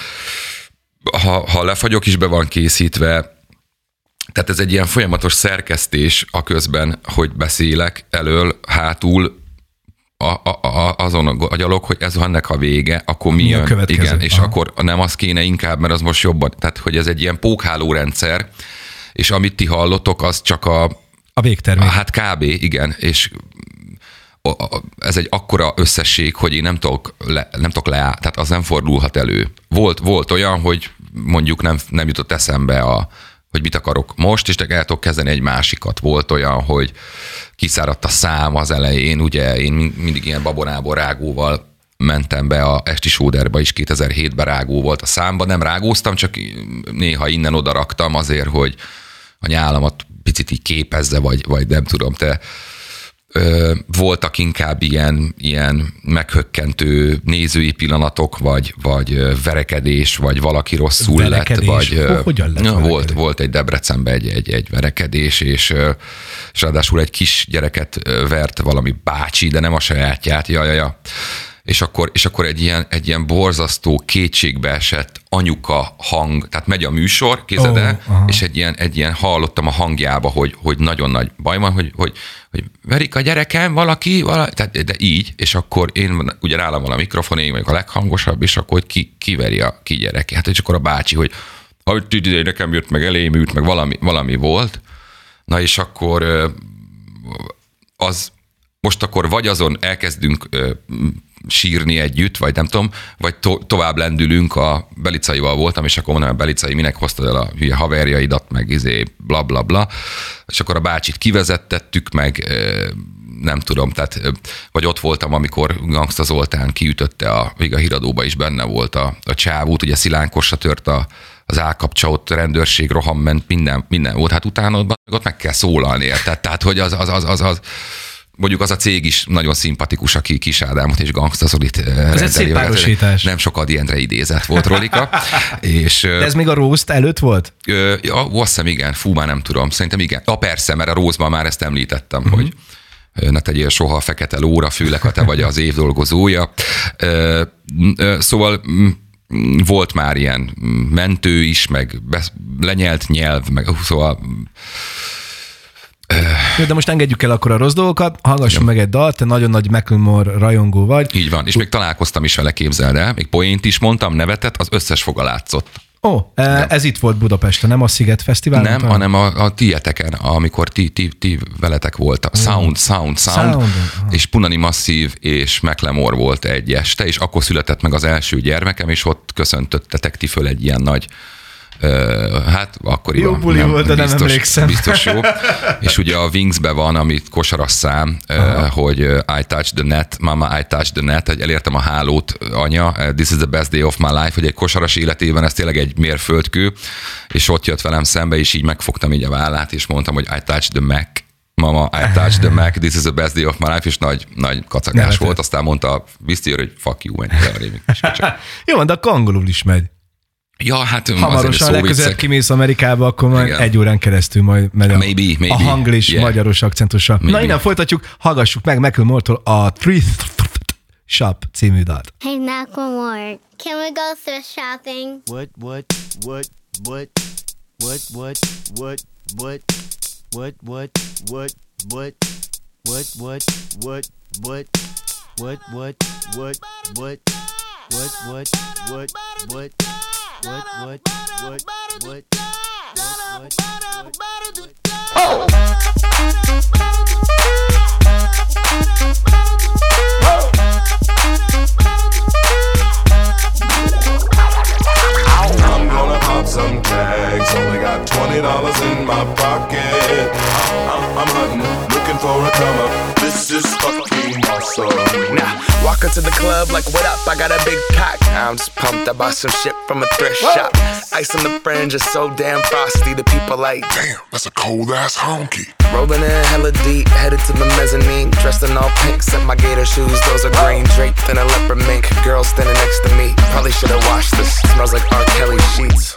ha lefagyok is be van készítve, tehát ez egy ilyen folyamatos szerkesztés a közben, hogy beszélek elől, hátul, azon a gyalog, hogy ez ennek a vége, akkor mi jön? Igen, és akkor nem az kéne inkább, mert az most jobban, tehát hogy ez egy ilyen pókhálórendszer, és amit ti hallotok, az csak a végtermék. Hát kb. Igen, és ez egy akkora összesség, hogy én nem tudok tehát az nem fordulhat elő. Volt olyan, hogy mondjuk nem jutott eszembe hogy mit akarok most, és el tudok kezdeni egy másikat. Volt olyan, hogy kiszáradt a szám az elején, ugye én mindig ilyen babonából rágóval mentem be a esti sóderba is, 2007-ben rágó volt a számba, nem rágóztam, csak néha innen oda raktam azért, hogy a nyálamat picit így képezze, vagy nem tudom, voltak inkább ilyen meghökkentő nézői pillanatok, vagy verekedés, vagy valaki rosszul verekedés. Lett, vagy hogyan lett volt egy Debrecenben egy verekedés, és ráadásul egy kis gyereket vert valami bácsi, de nem a sajátját, És akkor egy ilyen borzasztó, kétségbeesett anyuka hang, tehát megy a műsor, képzeld el, és egy ilyen hallottam a hangjába, hogy nagyon nagy baj van, hogy verik a gyerekem valaki, tehát, de így, és akkor én ugye nálam van a mikrofon, én vagyok a leghangosabb, és akkor hogy ki veri a gyereke. Hát és akkor a bácsi, hogy nekem jött meg elém, meg valami volt. Na és akkor most akkor vagy azon elkezdünk sírni együtt, vagy nem tudom, vagy tovább lendülünk, a Belicaival voltam, és akkor mondom, hogy Belicai, minek hoztad el a hülye haverjaidat, meg bla bla bla, és akkor a bácsit kivezettettük, meg nem tudom, tehát vagy ott voltam, amikor Gangsta Zoltán kiütötte, még a híradóban is benne volt a csávút, ugye szilánkosra tört az állkapcsa, ott rendőrség, roham ment, minden volt, hát utána ott meg kell szólalni, tehát hogy az mondjuk az a cég is nagyon szimpatikus, aki Kis Ádámot és Gangsta Zolit ez egy szép párosítás. Nem sok Adiendre idézet volt rólika. De ez még a roast előtt volt? Azt hiszem igen, már nem tudom, szerintem igen. Persze, mert a Rózban már ezt említettem, hogy ne tegyél soha a fekete lóra, főleg, ha te vagy az év dolgozója. Szóval volt már ilyen mentő is, meg lenyelt nyelv, meg szóval... Jó, de most engedjük el akkor a rossz dolgokat, hallgassunk meg egy dalt, te nagyon nagy Macklemore rajongó vagy. Így van, és még találkoztam is vele, képzeld el, még poént is mondtam, nevetett, az összes foga látszott. Ez itt volt Budapesten, nem a Sziget Fesztivál? Nem, hanem a tieteken, amikor ti veletek volt. Sound. És Punani Massive és Macklemore volt egy este, és akkor született meg az első gyermekem, és ott köszöntöttetek ti föl egy ilyen nagy hát akkoriban jó buli volt, de nem emlékszem. Biztos jó. És ugye a Wingsbe van, amit kosaras szám, hogy I touched the net, mama I touched the net, hogy elértem a hálót, anya, this is the best day of my life, hogy egy kosaras életében ez tényleg egy mérföldkő, és ott jött velem szembe, és így megfogtam így a vállát, és mondtam, hogy I touched the Mac, mama, I touched the Mac, this is the best day of my life, és nagy kacagás volt, aztán mondta Visztiőr, hogy fuck you, menj el a rémik. Jó, de a angolul is megy. Ja, hát hamarosan legközelebb kimész Amerikába, akkor majd egy órán keresztül majd megy a hanglis, magyaros akcentussal. Na, innen folytatjuk, hallgassuk meg Macklemore-tól a Thrift Shop című dalt. Hey Macklemore, can we go thrift shopping? What? I'm gonna pop some tags, only got $20 in my pocket. I'm hunting, looking for a come up. This is fucking awesome. Now, walk into the club like, what up? I got a big cock. I'm just pumped. I bought some shit from a thrift shop. Ice on the fringe is so damn frosty. The people like, damn, that's a cold ass honky. Rolling in hella deep, headed to the mezzanine. Dressed in all pink, set my gator shoes. Those are green, draped in a leopard mink. Girl standing next to me. Probably should've washed this. Smells like R. Kelly sheets.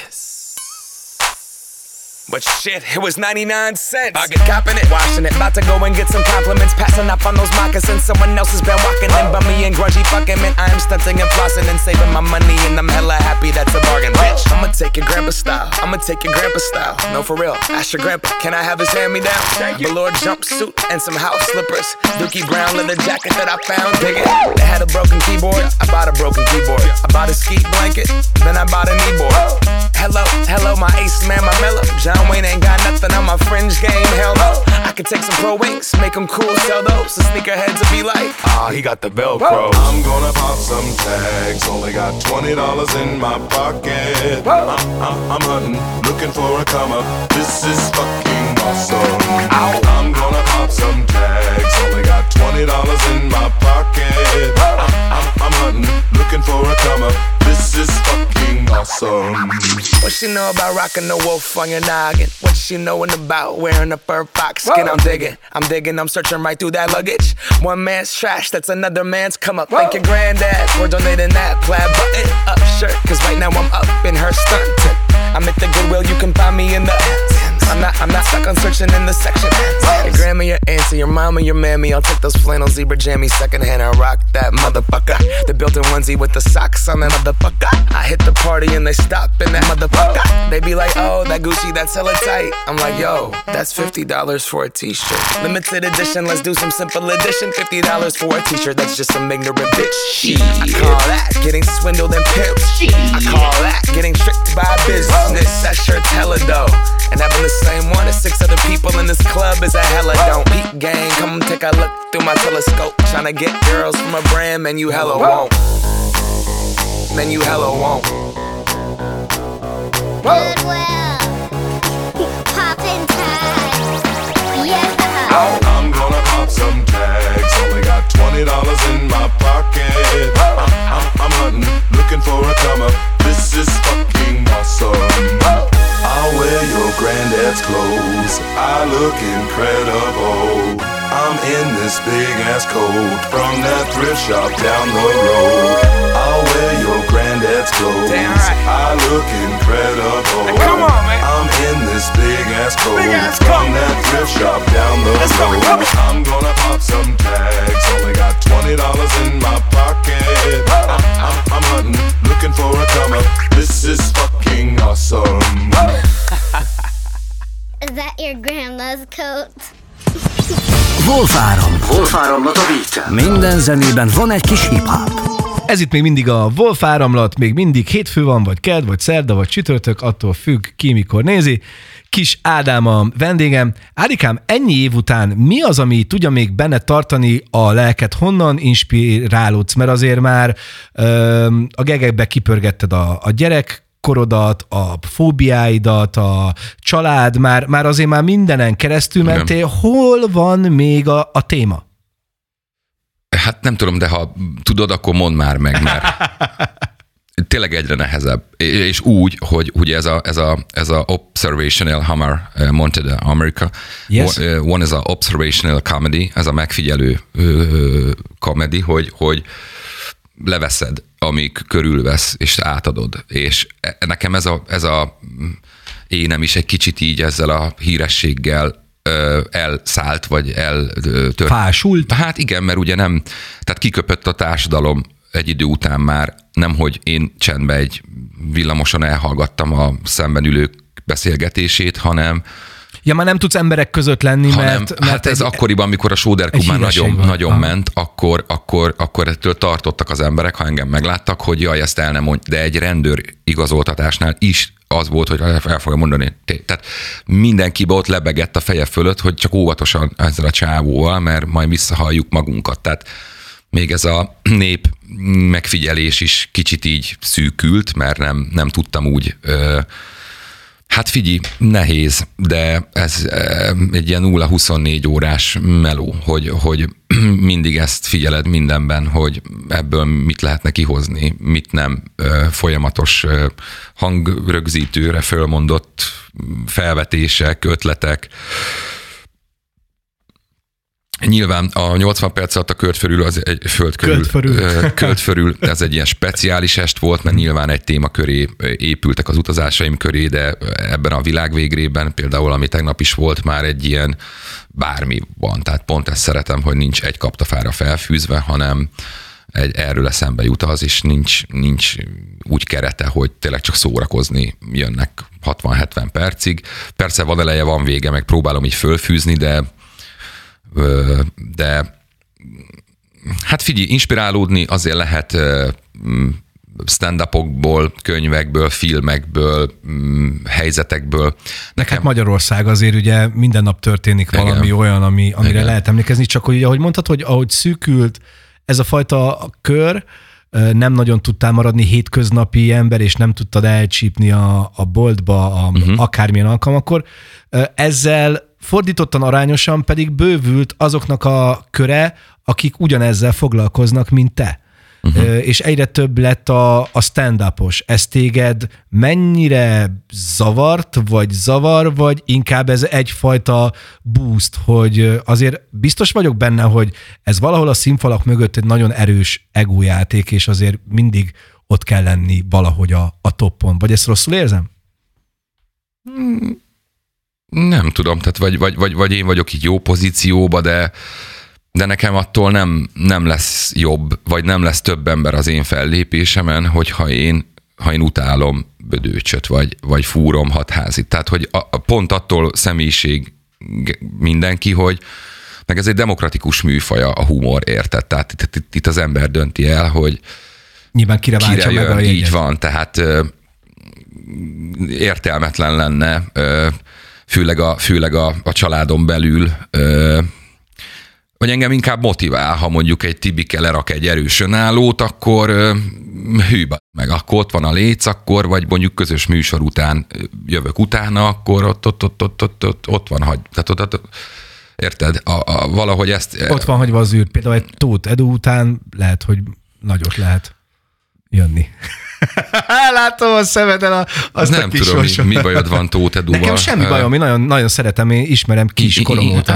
But shit, it was 99 cents. I get copping it, washing it. About to go and get some compliments. Passing up on those moccasins. Someone else has been walking in bummy and grungy fucking man. I am stunting and flossing and saving my money. And I'm hella happy that's a bargain, bitch. I'ma take your grandpa style. I'ma take your grandpa style. No, for real. Ask your grandpa, can I have his hand-me-down? Velour jumpsuit and some house slippers. Dookie brown leather jacket that I found. Dig it. They had a broken keyboard. I bought a broken keyboard. I bought a ski blanket. Then I bought a kneeboard. Hello, my ace man, my mellow. John Wayne ain't got nothing on my fringe game, hell no. I could take some pro wings, make them cool, sell those. The sneakerheads will be like, he got the Velcro. I'm gonna pop some tags, only got $20 in my pocket. I'm hunting, looking for a come up. This is fucking awesome. I'm gonna pop some tags, only got $20 in my pocket. I'm hunting, looking for a come up. This is fucking awesome. What she know about rocking the wolf on your noggin? What she knowin' about wearing a fur fox skin? I'm digging, I'm searching right through that luggage. One man's trash, that's another man's come up. Thank your granddad for donating that plaid button up shirt. Cause right now I'm up in her skirt. I'm at the Goodwill, you can find me in the I'm not stuck on searching in the section. Your grandma, your auntie, your mama, your mammy. I'll take those flannel zebra jammies secondhand and rock that motherfucker. The built-in onesie with the socks on that motherfucker. I hit the party and they stop in that motherfucker. They be like, oh, that Gucci, that's hella tight. I'm like, yo, that's $50 for a t-shirt. Limited edition, let's do some simple edition. $50 for a t-shirt, that's just some ignorant bitch. I call that getting swindled and pimped. I call that getting tricked by business. That shirt's hella dope. And having the same one as 6 other people in this club is a hella don't. Peak gang, come take a look through my telescope. Tryna get girls from a brand, man, you hella won't. Man, you hella won't. Goodwill, poppin' tags, yeah. I'm gonna pop some tags, only got $20 in my pocket. I'm hunting, looking for a come up. This is fucking awesome. I'll wear your granddad's clothes, I look incredible. I'm in this big ass coat from that thrift shop down the road. I'll wear your granddad's clothes, I look incredible. Hey, come on, man. I'm in this big ass coat from that thrift shop down the road. I'm gonna pop some tags, only got $20 in my pocket. I'm hunting, looking for a come up. This is fucking awesome. Is that your grandma's coat? Wolfáramlat a beat. Minden zenében van egy kis hip-hop. Ez itt még mindig a Wolfáramlat, még mindig hétfő van, vagy kedd, vagy szerda, vagy csütörtök, attól függ ki, mikor nézi. Kis Ádám a vendégem. Ádikám, ennyi év után mi az, ami tudja még benne tartani a lelket? Honnan inspirálódsz? Mert azért már a gegekbe kipörgetted a gyerekkorodat, a fóbiáidat, a család, már azért már mindenen keresztül mentél. Hol van még a téma? Hát nem tudom, de ha tudod, akkor mondd már meg, mert tényleg egyre nehezebb. És úgy, hogy ugye ez a observational Hammer mondta Amerika. Yes. One is a observational comedy, ez a megfigyelő comedy, hogy leveszed, amíg körülvesz, és átadod. És nekem ez a énem is egy kicsit így ezzel a hírességgel elszállt, vagy eltört. Fásult? Hát igen, mert ugye nem, tehát kiköpött a társadalom egy idő után már, nemhogy én csendben egy villamoson elhallgattam a szemben ülők beszélgetését, hanem ja, már nem tudsz emberek között lenni, mert hát ez akkoriban, amikor a Sóder Klub már nagyon ment, akkor ettől tartottak az emberek, ha engem megláttak, hogy jaj, ezt el nem mondj, de egy rendőr igazoltatásnál is az volt, hogy el fogja mondani. Tehát mindenkibe ott lebegett a feje fölött, hogy csak óvatosan ezzel a csávóval, mert majd visszahalljuk magunkat. Tehát még ez a nép megfigyelés is kicsit így szűkült, mert nem tudtam úgy. Hát figyelj, nehéz, de ez egy ilyen 0-24 órás meló, hogy mindig ezt figyeled mindenben, hogy ebből mit lehetne kihozni, mit nem, folyamatos hangrögzítőre fölmondott felvetések, ötletek. Nyilván a 80 perc alatt a költ fölül, ez egy ilyen speciális est volt, mert nyilván egy téma köré épültek az utazásaim köré, de ebben a világvégrében például, ami tegnap is volt, már egy ilyen bármi van. Tehát pont ezt szeretem, hogy nincs egy kaptafára felfűzve, hanem erről eszembe jut az, és nincs úgy kerete, hogy tényleg csak szórakozni jönnek 60-70 percig. Persze van eleje, van vége, meg próbálom így fölfűzni, de hát figyelj, inspirálódni azért lehet stand-upokból, könyvekből, filmekből, helyzetekből. Hát Magyarország azért ugye minden nap történik valami olyan, amire lehet emlékezni, csak hogy ahogy mondtad, hogy ahogy szűkült ez a fajta kör, nem nagyon tudtál maradni hétköznapi ember, és nem tudtad elcsípni a boltba akármilyen alkalmakkor. Ezzel fordítottan arányosan pedig bővült azoknak a köre, akik ugyanezzel foglalkoznak, mint te. És egyre több lett a stand-upos. Ez téged mennyire zavart, vagy zavar, vagy inkább ez egyfajta boost, hogy azért biztos vagyok benne, hogy ez valahol a színfalak mögött egy nagyon erős egójáték, és azért mindig ott kell lenni valahogy a toppon. Vagy ezt rosszul érzem? Nem tudom, tehát vagy én vagyok így jó pozícióba, de nekem attól nem lesz jobb, vagy nem lesz több ember az én fellépésemen, hogyha én utálom Bödőcsöt, vagy fúrom Hatházit. Tehát, hogy pont attól személyiség mindenki, hogy meg ez egy demokratikus műfaja a humor, érted? Tehát itt az ember dönti el, hogy nyilván kire jön, meg a jegyet. Így van, tehát értelmetlen lenne, főleg a családon belül, vagy engem inkább motivál, ha mondjuk egy Tibike lerak egy erős önállót, akkor hűbe meg, akkor ott van a léc, akkor, vagy mondjuk közös műsor után jövök utána, akkor ott van hagy. Tehát érted? Valahogy ezt... Ott van hagyva az űr. Például egy Tóth Edu után lehet, hogy nagyot lehet jönni. Látom a szemeden azt nem a kis tudom, mi bajod van Tóth Eduval. Nekem semmi bajom, én nagyon, nagyon szeretem, én ismerem kis korom óta.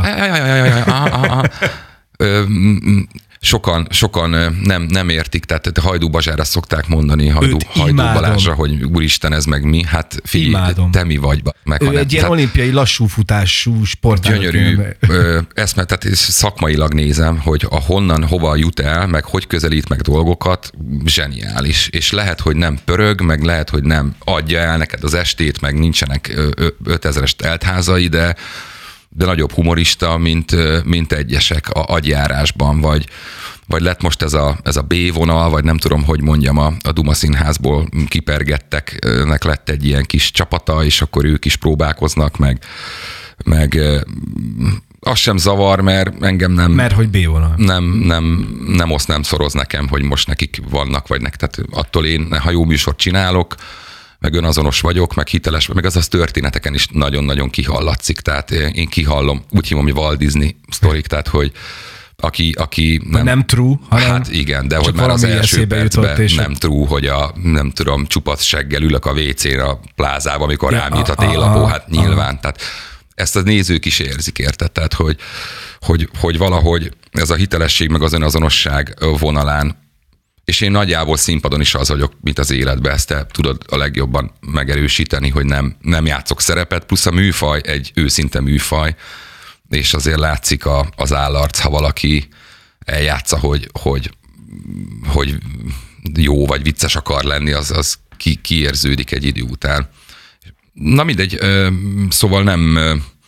Sokan nem értik, tehát Hajdú Bazsára szokták mondani, Hajdú Balázsra, hogy úristen, ez meg mi, hát figyelj, te mi vagy. Meg, ő egy ilyen olimpiai lassúfutású sportágat. Gyönyörű, tehát szakmailag nézem, hogy hova jut el, meg hogy közelít meg dolgokat, zseniális. És lehet, hogy nem pörög, meg lehet, hogy nem adja el neked az estét, meg nincsenek 5000-es teltházai, de nagyobb humorista, mint egyesek a agyjárásban, vagy lett most ez a B-vonal, vagy nem tudom, hogy mondjam, a Duma Színházból kipergetteknek lett egy ilyen kis csapata, és akkor ők is próbálkoznak, meg az sem zavar, mert engem nem... Mert hogy B-vonal. Nem szoroz nekem, hogy most nekik vannak, vagy nekik. Tehát attól én, ha jó műsort csinálok, meg önazonos vagyok, meg hiteles, meg az történeteken is nagyon-nagyon kihallatszik. Tehát én kihallom, úgy hívom, hogy Walt Disney sztorik, tehát hogy aki nem true, hanem hát igen, de hogy már az első percben nem true, hogy nem tudom, csupasz seggel ülök a WC-n a plázában, amikor rám jut a télapó, hát nyilván. Tehát ezt a nézők is érzik, érted? Tehát, hogy valahogy ez a hitelesség meg az önazonosság vonalán És én nagyjából színpadon is az vagyok, mint az életben, ezt te tudod a legjobban megerősíteni, hogy nem játszok szerepet, plusz a műfaj egy őszinte műfaj, és azért látszik az állarc, ha valaki eljátsza, hogy jó vagy vicces akar lenni, az kiérződik egy idő után. Na mindegy, szóval nem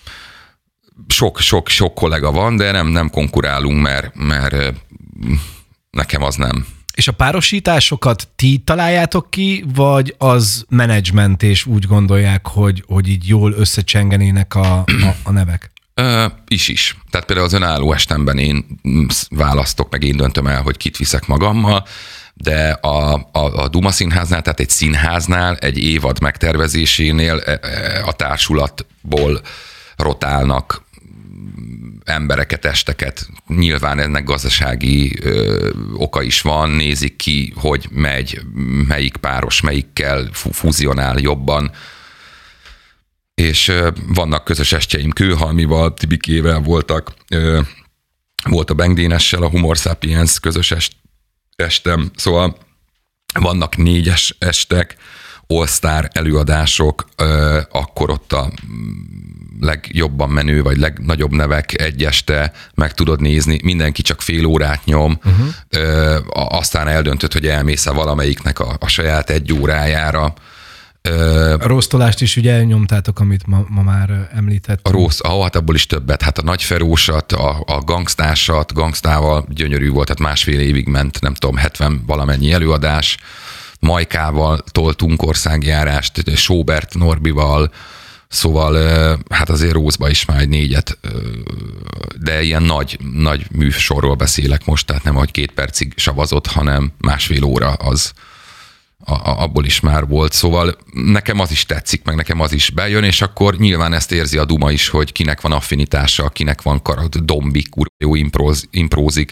sok kollega van, de nem konkurálunk, mert nekem az nem. És a párosításokat ti találjátok ki, vagy az menedzsment, és úgy gondolják, hogy így jól összecsengenének a nevek? Is. Tehát például az önálló estemben én választok, meg én döntöm el, hogy kit viszek magammal, de a Duma Színháznál, tehát egy színháznál, egy évad megtervezésénél a társulatból rotálnak embereket, esteket. Nyilván ennek gazdasági oka is van, nézik ki, hogy megy, melyik páros melyikkel fúzionál jobban. És vannak közös estjeim Kőhalmival, Tibikével voltak, volt a Bengdénessel, a Humor Sapiens közös estem, szóval vannak 4 estek, all-star előadások, akkor ott a legjobban menő, vagy legnagyobb nevek egy este meg tudod nézni, mindenki csak fél órát nyom, aztán eldöntöd, hogy elmész-e valamelyiknek a saját 1 órájára. A rosztolást is ugye elnyomtátok, amit ma már említettem. Hát abból is többet. Hát a Nagyferósat, a Gangstával gyönyörű volt, tehát 1,5 évig ment, nem tudom, 70 valamennyi előadás. Majkával toltunk országjárást, Sóbert Norbival, szóval hát azért Rózba is már egy 4-et, de ilyen nagy műsorról beszélek most, tehát nem, hogy 2 percig savazott, hanem 1,5 óra az abból is már volt, szóval nekem az is tetszik, meg nekem az is bejön, és akkor nyilván ezt érzi a Duma is, hogy kinek van affinitása, kinek van Dombi, jó imprózik.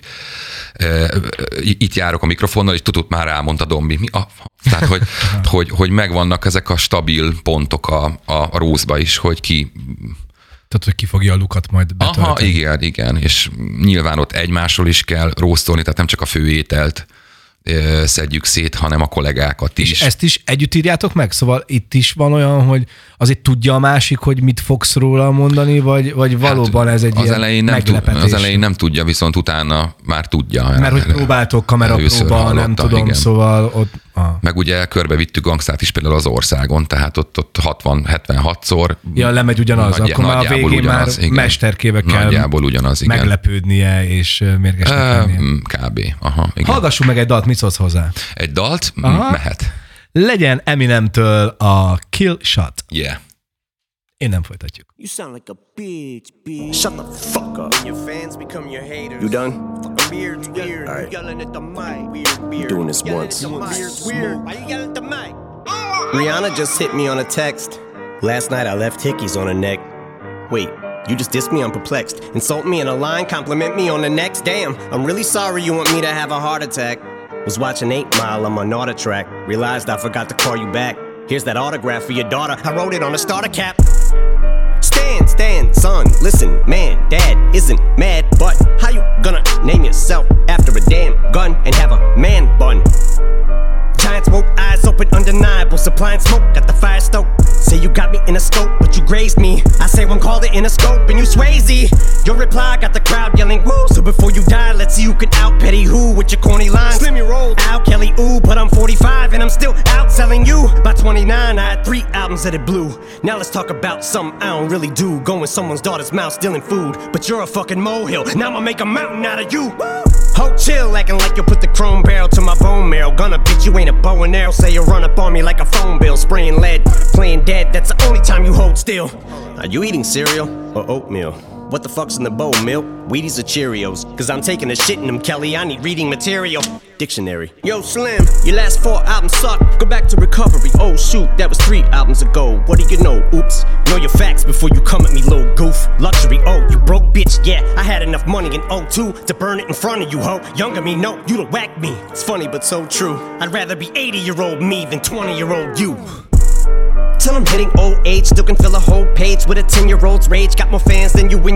Itt járok a mikrofonnal, és tudod, már elmondta Dombi. Tehát, hogy megvannak ezek a stabil pontok a Rózba is, hogy ki... Tehát, hogy ki fogja a lukat majd betölteni. Igen, és nyilván ott egymásról is kell rósztolni, tehát nem csak a főételt szedjük szét, hanem a kollégákat is. És ezt is együtt írjátok meg? Szóval itt is van olyan, hogy azért tudja a másik, hogy mit fogsz róla mondani, vagy valóban ez egy ilyen meglepetés? Az elején nem tudja, viszont utána már tudja. Mert hogy próbáltok kamerapróba, nem tudom, igen. Szóval ott... Meg ugye körbevittük Gangstát is például az országon, tehát ott 60-76-szor. Ja, lemegy ugyanaz, akkor már a végén már mesterkéve kell nagyjából ugyanaz, igen. meglepődnie és mérgesnek lennie. Kb. Aha, igen. Hallgassunk meg egy dalt, mit szólsz hozzá? Egy dalt? Mehet. Legyen Eminemtől a Kill Shot. Yeah. Innen folytatjuk. You sound like a bitch. Shut the fuck up. Your fans become your haters. You done? Beard's weird. All right. Yelling at the mic. Weird. Doing this once. Beard's weird. Why you yelling at the mic? Rihanna just hit me on a text. Last night I left hickeys on her neck. Wait, you just dissed me? I'm perplexed. Insult me in a line, compliment me on the next. Damn, I'm really sorry you want me to have a heart attack. Was watching 8 Mile on my Nauta track. Realized I forgot to call you back. Here's that autograph for your daughter. I wrote it on a starter cap. Stand, son, listen, man, dad isn't mad, but how you gonna name yourself after a damn gun and have a man bun? Giants woke, eyes open, undeniable, supplying smoke, got the fire stoked. Say you got me in a scope, but you grazed me. I say one called it in a scope, and you Swayze. Your reply got the crowd yelling woo. So before you die, let's see who can out petty who with your corny lines. Slim your roll, Al Kelly, ooh, but I'm 45 and I'm still outselling you. By 29, I had 3 albums that it blew. Now let's talk about something I don't really do. Go in someone's daughter's mouth stealing food, but you're a fucking molehill. Now I'ma make a mountain out of you. Ho, chill, acting like you put the chrome barrel to my bone marrow. Gonna bitch, you ain't a bow and arrow. Say you run up on me like a phone bill, spraying lead, playing dead. That's the only time you hold still. Are you eating cereal or oatmeal? What the fuck's in the bowl, milk? Wheaties or Cheerios? Cause I'm taking a shit in them, Kelly, I need reading material. Dictionary. Yo, Slim, your last 4 albums suck. Go back to recovery. Oh shoot, that was 3 albums ago. What do you know? Oops. Know your facts before you come at me, little goof. Luxury, oh, you broke bitch, yeah. I had enough money in 02 to burn it in front of you, ho. Younger me, no, you'd have whacked me. It's funny but so true. I'd rather be 80-year-old me than 20-year-old you. Till I'm hitting old age, still can fill a whole page with a 10-year-old's rage. Got more fans than you in your own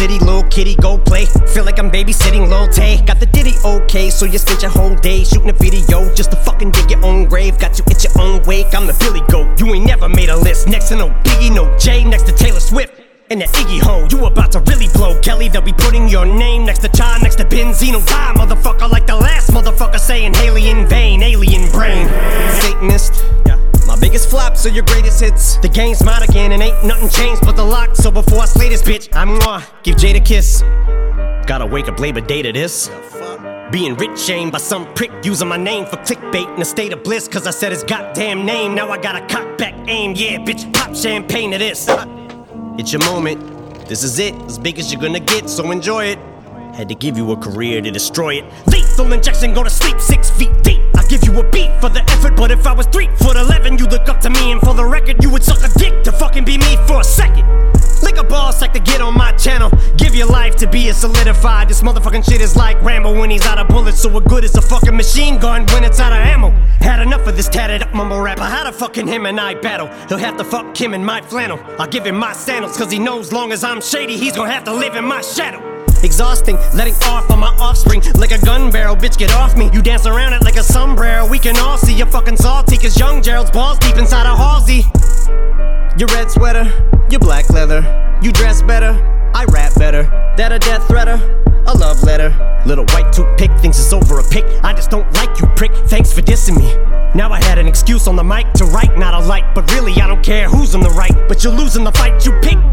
city, little kitty, go play. Feel like I'm babysitting Lil Tay. Got the ditty okay, so you spent your whole day shooting a video just to fucking dig your own grave. Got you at your own wake, I'm the Billy Goat. You ain't never made a list. Next to no Biggie, no Jay, next to Taylor Swift. And the Iggy Ho, you about to really blow. Kelly, they'll be putting your name next to John, next to Benzino. Die, motherfucker, like the last motherfucker saying Haley in vain, alien brain. Satanist, my biggest flops are your greatest hits. The game's mine again and ain't nothing changed but the lock. So before I slay this bitch, I'm gonna give Jade a kiss. Gotta wake up Labor Day to this. Being rich shamed by some prick using my name for clickbait in a state of bliss. Cause I said his goddamn name, now I got a cock back aim. Yeah, bitch, pop champagne to this. It's your moment, this is it, as big as you're gonna get, so enjoy it. Had to give you a career to destroy it. Lethal injection, go to sleep 6 feet deep. I give you a beat for the effort, but if I was 3'11", you look up to me, and for the record, you would suck a dick to fucking be me for a second. Lick a boss like to get on my channel. Give your life to be a solidified. This motherfucking shit is like Rambo when he's out of bullets. So what good is a fucking machine gun when it's out of ammo? Had enough of this tatted up mumble rapper. How the fucking him and I battle? He'll have to fuck him in my flannel. I'll give him my sandals, cause he knows long as I'm shady, he's gonna have to live in my shadow. Exhausting, letting off on my offspring like a gun barrel, bitch get off me. You dance around it like a sombrero. We can all see you're fucking salty, cause young Gerald's balls deep inside a Halsey. Your red sweater, your black leather. You dress better, I rap better. That a death threater, a love letter. Little white toothpick thinks it's over a pick. I just don't like you, prick, thanks for dissing me. Now I had an excuse on the mic to write, not a light. But really I don't care who's on the right, but you're losing the fight you pick.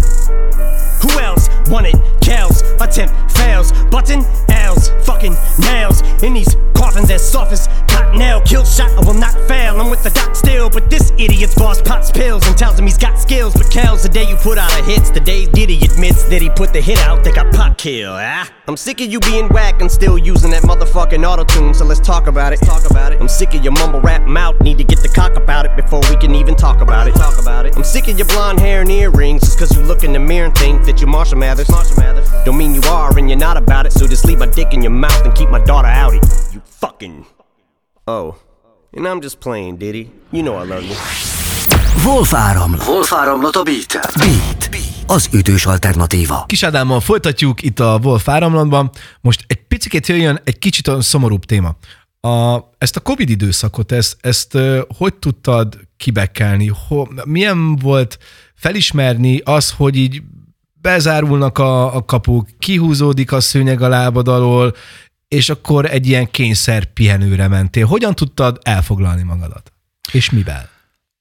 Who else won it? Kells, attempt fails. Button L's, fucking nails. In these coffins as soft as cottonelle. Killed shot, I will not fail. I'm with the doc still, but this idiot's boss pops pills and tells him he's got skills. But Kells, the day you put out a hits, the day Diddy admits that he put the hit out, they got pop kill. I'm sick of you being whack and still using that motherfucking auto-tune, so let's talk about it. I'm sick of your mumble rap mouth, need to get the cock about it before we can even talk about it. I'm sick of your blonde hair and earrings, just cause you look in the mirror and think that you're Marshall Mathers. Don't mean you are and you're not about it, so just leave my dick in your mouth and keep my daughter out it. You fucking... Oh, and I'm just playing, Diddy. You know I love you. Wolf áramlat a beat. Beat. Az ütős alternatíva. Kis Ádámmal folytatjuk itt a Wolf áramlatban. Most egy picit jöjjön egy kicsit olyan szomorúbb téma. Ezt a Covid időszakot, ezt hogy tudtad kibekkelni? Milyen volt felismerni az, hogy így bezárulnak a kapuk, kihúzódik a szőnyeg a lábad alól, és akkor egy ilyen kényszer pihenőre mentél. Hogyan tudtad elfoglalni magadat? És mivel?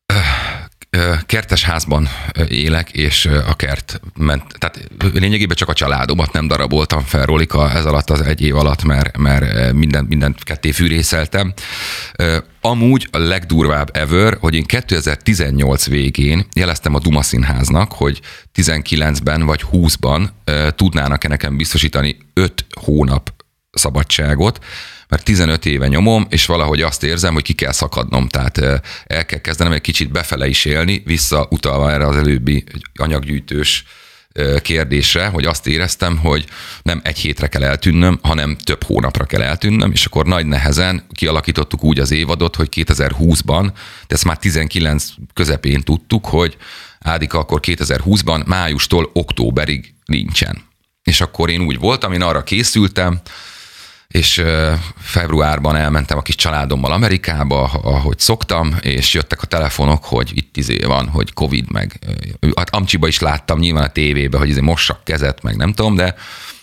Kertes házban élek, és a kert ment, tehát lényegében csak a családomat nem daraboltam fel, Rolika, ez alatt az 1 év alatt, mert mindent ketté fűrészeltem. Amúgy a legdurvább ever, hogy én 2018 végén jeleztem a Duma Színháznak, hogy 19-ben vagy 20-ban tudnának-e nekem biztosítani 5 hónap szabadságot, mert 15 éve nyomom, és valahogy azt érzem, hogy ki kell szakadnom, tehát el kell kezdenem egy kicsit befele is élni, visszautalva erre az előbbi anyaggyűjtős kérdésre, hogy azt éreztem, hogy nem 1 hétre kell eltűnnöm, hanem több hónapra kell eltűnnöm, és akkor nagy nehezen kialakítottuk úgy az évadot, hogy 2020-ban, de ezt már 19 közepén tudtuk, hogy Ádika akkor 2020-ban májustól októberig nincsen. És akkor én úgy voltam, én arra készültem, és februárban elmentem a kis családommal Amerikába, ahogy szoktam, és jöttek a telefonok, hogy itt van, hogy Covid, meg hát Amcsiba is láttam nyilván a tévébe, hogy mossak kezet, meg nem tudom, de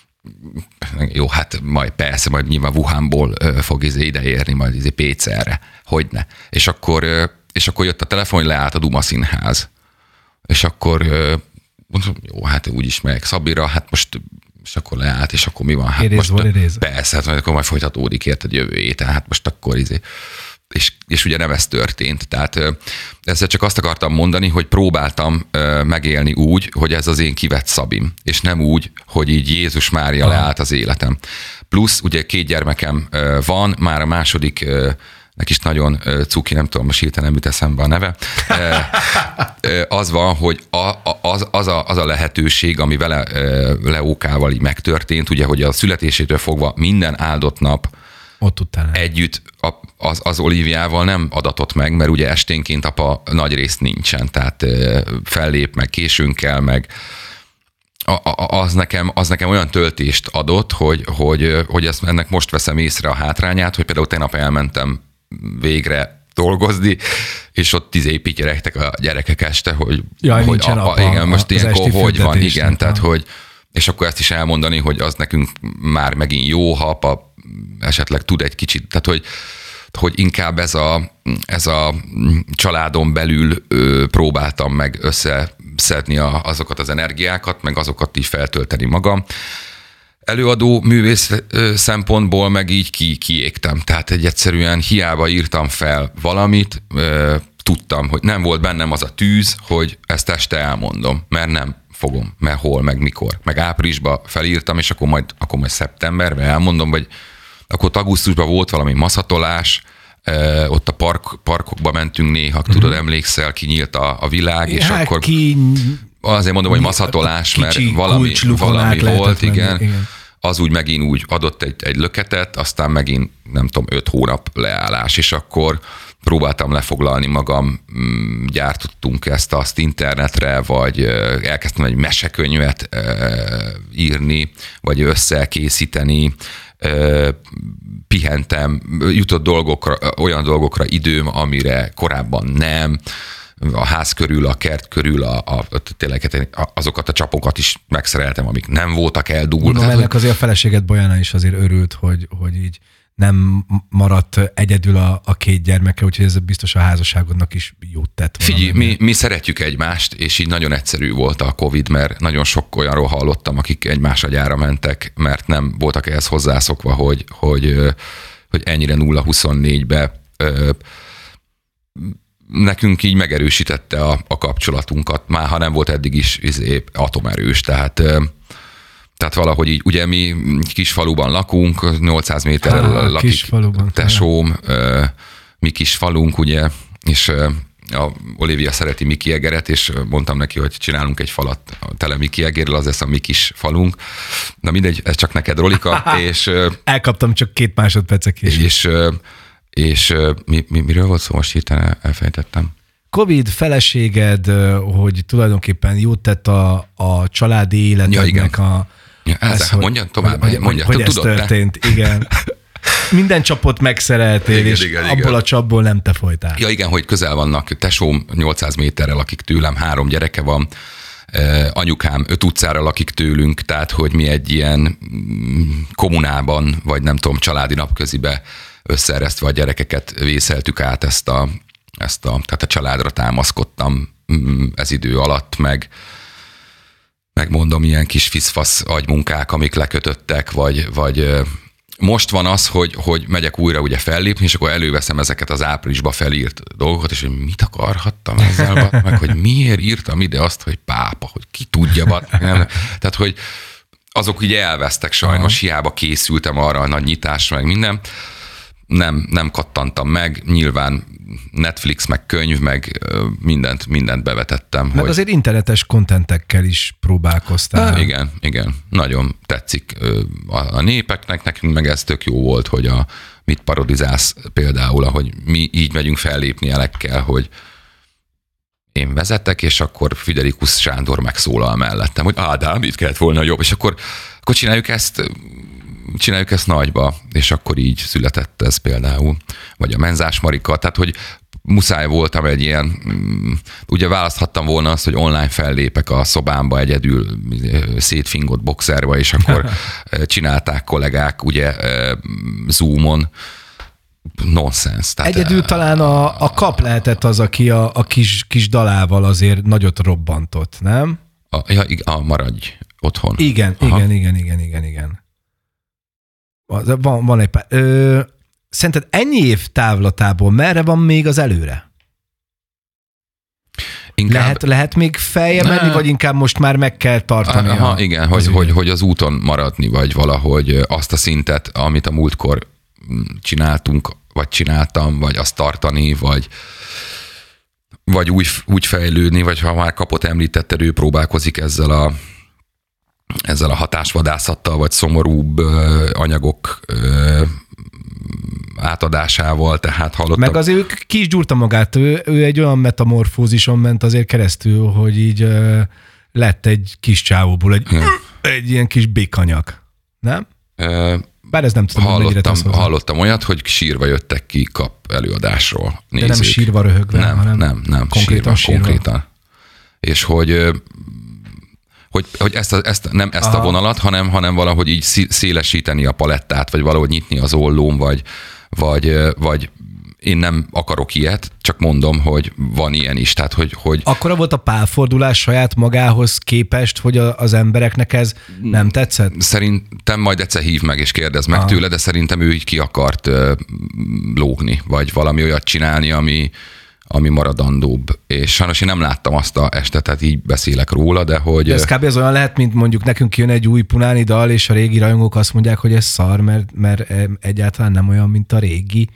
jó, hát majd persze, majd nyilván Wuhanból fog ideérni, majd PCR-re, hogyne. És akkor jött a telefon, hogy leállt a Duma Színház. És akkor mondom, jó, hát úgyis megyek Szabira, hát most és akkor leállt, és akkor mi van? Hát persze, hát akkor majd folytatódik, érted, jövő héten, hát most akkor és ugye nem ez történt. Tehát ezzel csak azt akartam mondani, hogy próbáltam megélni úgy, hogy ez az én kivett Szabim, és nem úgy, hogy így Jézus Mária leállt az életem. Plusz ugye 2 gyermekem van, már a második neki is nagyon cuki, nem tudom, most hirtelen nem jut eszembe a neve. Az van, hogy az a lehetőség, ami vele Leókával így megtörtént, ugye, hogy a születésétől fogva minden áldott nap ott tudtál együtt az Olíviával nem adatott meg, mert ugye esténként apa nagy részt nincsen, tehát fellép, meg későn kell, meg az nekem olyan töltést adott, hogy ennek most veszem észre a hátrányát, hogy például tegnap elmentem végre dolgozni, és ott pityeregtek a gyerekek este, hogy nincsen apa, igen, most ilyenkor hogy van, igen, tehát ha. hogy, és akkor ezt is elmondani, hogy az nekünk már megint jó, ha apa esetleg tud egy kicsit, tehát hogy inkább ez a családon belül próbáltam meg összeszedni azokat az energiákat, meg azokat így feltölteni magam. Előadó művész szempontból meg így kiégtem. Tehát egyszerűen hiába írtam fel valamit, tudtam, hogy nem volt bennem az a tűz, hogy ezt este elmondom, mert nem fogom, mert hol, meg mikor. Meg áprilisban felírtam, és akkor majd szeptemberben elmondom, vagy akkor augusztusban volt valami maszatolás, ott a parkokba mentünk néha, tudod, emlékszel, kinyílt a világ, és akkor azért mondom, hogy maszatolás, mert valami volt, igen. Az úgy megint úgy adott egy löketet, aztán megint, nem tudom, 5 hónap leállás, és akkor próbáltam lefoglalni magam, gyártottunk ezt internetre, vagy elkezdtem egy mesekönyvet írni, vagy összekészíteni, pihentem, jutott olyan dolgokra időm, amire korábban nem, a ház körül, a kert körül, tényleg azokat a csapokat is megszereltem, amik nem voltak eldugulva. Gondolom, ennek azért a feleséget Bojana is azért örült, hogy így nem maradt egyedül a 2 gyermeke, úgyhogy ez biztos a házasságodnak is jót tett. Figyelj, mi szeretjük egymást, és így nagyon egyszerű volt a Covid, mert nagyon sok olyanról hallottam, akik egymás agyára mentek, mert nem voltak ehhez hozzászokva, hogy ennyire 0-24-be nekünk így megerősítette a kapcsolatunkat, már ha nem volt eddig is atomerős, tehát valahogy így, ugye mi kis faluban lakunk, 800 méterrel lakik tesóm, mi kis falunk, ugye, és a Olivia szereti Miki Egeret, és mondtam neki, hogy csinálunk egy falat tele Miki Egerrel, az lesz a mi kis falunk. Na mindegy, ez csak neked, Rolika. És elkaptam csak 2 másodpercre később. És miről volt szó, most hirtelen elfejtettem. Covid feleséged, hogy tulajdonképpen jót tett a családi életednek mondjam tovább. Hogy ez történt, igen. Minden csapot megszereltél, és abból a csapból nem te folytál. Ja igen, hogy közel vannak. Tesóm 800 méterrel lakik tőlem, 3 gyereke van, anyukám 5 utcára lakik tőlünk, tehát hogy mi egy ilyen kommunában, vagy nem tudom, családi napközibe összeeresztve a gyerekeket vészeltük át tehát a családra támaszkodtam ez idő alatt, megmondom, ilyen kis fiszfasz agymunkák, amik lekötöttek, vagy most van az, hogy megyek újra ugye fellépni, és akkor előveszem ezeket az áprilisba felírt dolgokat, és hogy mit akarhattam ezzel, meg hogy miért írtam ide azt, hogy pápa, hogy ki tudja, tehát hogy azok ugye elvesztek sajnos, hiába készültem arra a nagy nyitásra, meg minden. Nem kattantam meg, nyilván Netflix, meg könyv, meg mindent bevetettem. Meg azért internetes kontentekkel is próbálkoztál. Igen. Nagyon tetszik a népeknek, nekünk meg ez tök jó volt, hogy mit parodizálsz például, ahogy mi így megyünk fellépni elekkel, hogy én vezetek, és akkor Friderikus Sándor megszólal mellettem, hogy Ádám, itt kellett volna jobb, és akkor csináljuk ezt nagyba, és akkor így született ez például. Vagy a Menzás Marika, tehát hogy muszáj voltam egy ilyen, ugye választhattam volna azt, hogy online fellépek a szobámba egyedül szétfingott boxerba, és akkor csinálták kollégák, ugye Zoomon. Nonsense. Egyedül talán a Kap lehetett az, aki a kis dalával azért nagyot robbantott, nem? Maradj otthon. Igen. Van egy pár. Szerinted ennyi év távlatából merre van még az előre? Lehet még feljebb menni, vagy inkább most már meg kell tartani? Igen, hogy az úton maradni, vagy valahogy azt a szintet, amit a múltkor csináltunk, vagy csináltam, vagy azt tartani, vagy úgy fejlődni, vagy ha már Kapot említetted, ő próbálkozik ezzel a hatásvadászattal, vagy szomorúbb anyagok átadásával, tehát hallottam. Meg azért ki is gyúrta magát, ő egy olyan metamorfózison ment azért keresztül, hogy így lett egy kis csávóból egy ilyen kis békanyak. Nem? Bár ez nem tudom, hallottam olyat, hogy sírva jöttek ki kap előadásról nézők. De nem sírva röhögve, hanem nem. Konkrétan. És hogy nem ezt a vonalat, hanem valahogy így szélesíteni a palettát, vagy valahogy nyitni az ollóm, vagy én nem akarok ilyet, csak mondom, hogy van ilyen is. Tehát, hogy akkora volt a pálfordulás saját magához képest, hogy az embereknek ez nem tetszett? Szerintem majd egyszer hív meg és kérdezz meg tőle, de szerintem ő így ki akart lógni, vagy valami olyat csinálni, ami maradandóbb. És sajnos én nem láttam azt a estet, tehát így beszélek róla, de hogy... De ez kb. Az olyan lehet, mint mondjuk nekünk jön egy új punáni dal, és a régi rajongók azt mondják, hogy ez szar, mert egyáltalán nem olyan, mint a régi.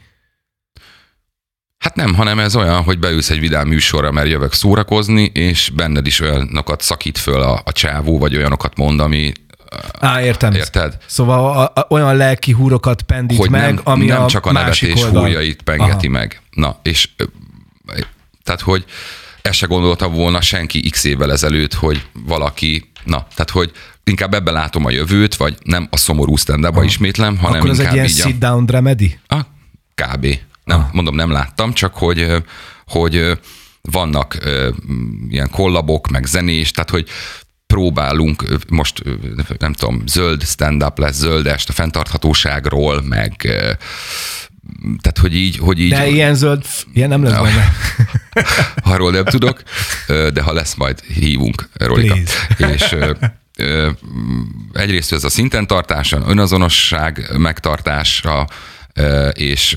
Hát nem, hanem ez olyan, hogy beülsz egy vidám műsorra, mert jövök szórakozni, és benned is olyanokat szakít föl a csávó, vagy olyanokat mond, ami... Értem. Érted? Szóval olyan lelki húrokat pendít hogy meg, ami nem a csak a nevetés húrjait pengeti meg. Na, és tehát, hogy ezt se gondolta volna senki x évvel ezelőtt, hogy valaki, tehát, hogy inkább ebben látom a jövőt, vagy nem a szomorú stand-upba ismétlem, hanem akkor az inkább egy ilyen sit-down dramedy? Kb. Mondom, nem láttam, csak hogy vannak ilyen kollabok, meg zenés, tehát, hogy próbálunk, most nem tudom, zöld stand-up lesz, zöld est a fenntarthatóságról, meg tehát, hogy így... De ilyen zöld, ilyen nem lesz benne. Arról nem tudok, de ha lesz, majd hívunk, Rolika. És egyrészt ez a szinten tartása, önazonosság megtartása, és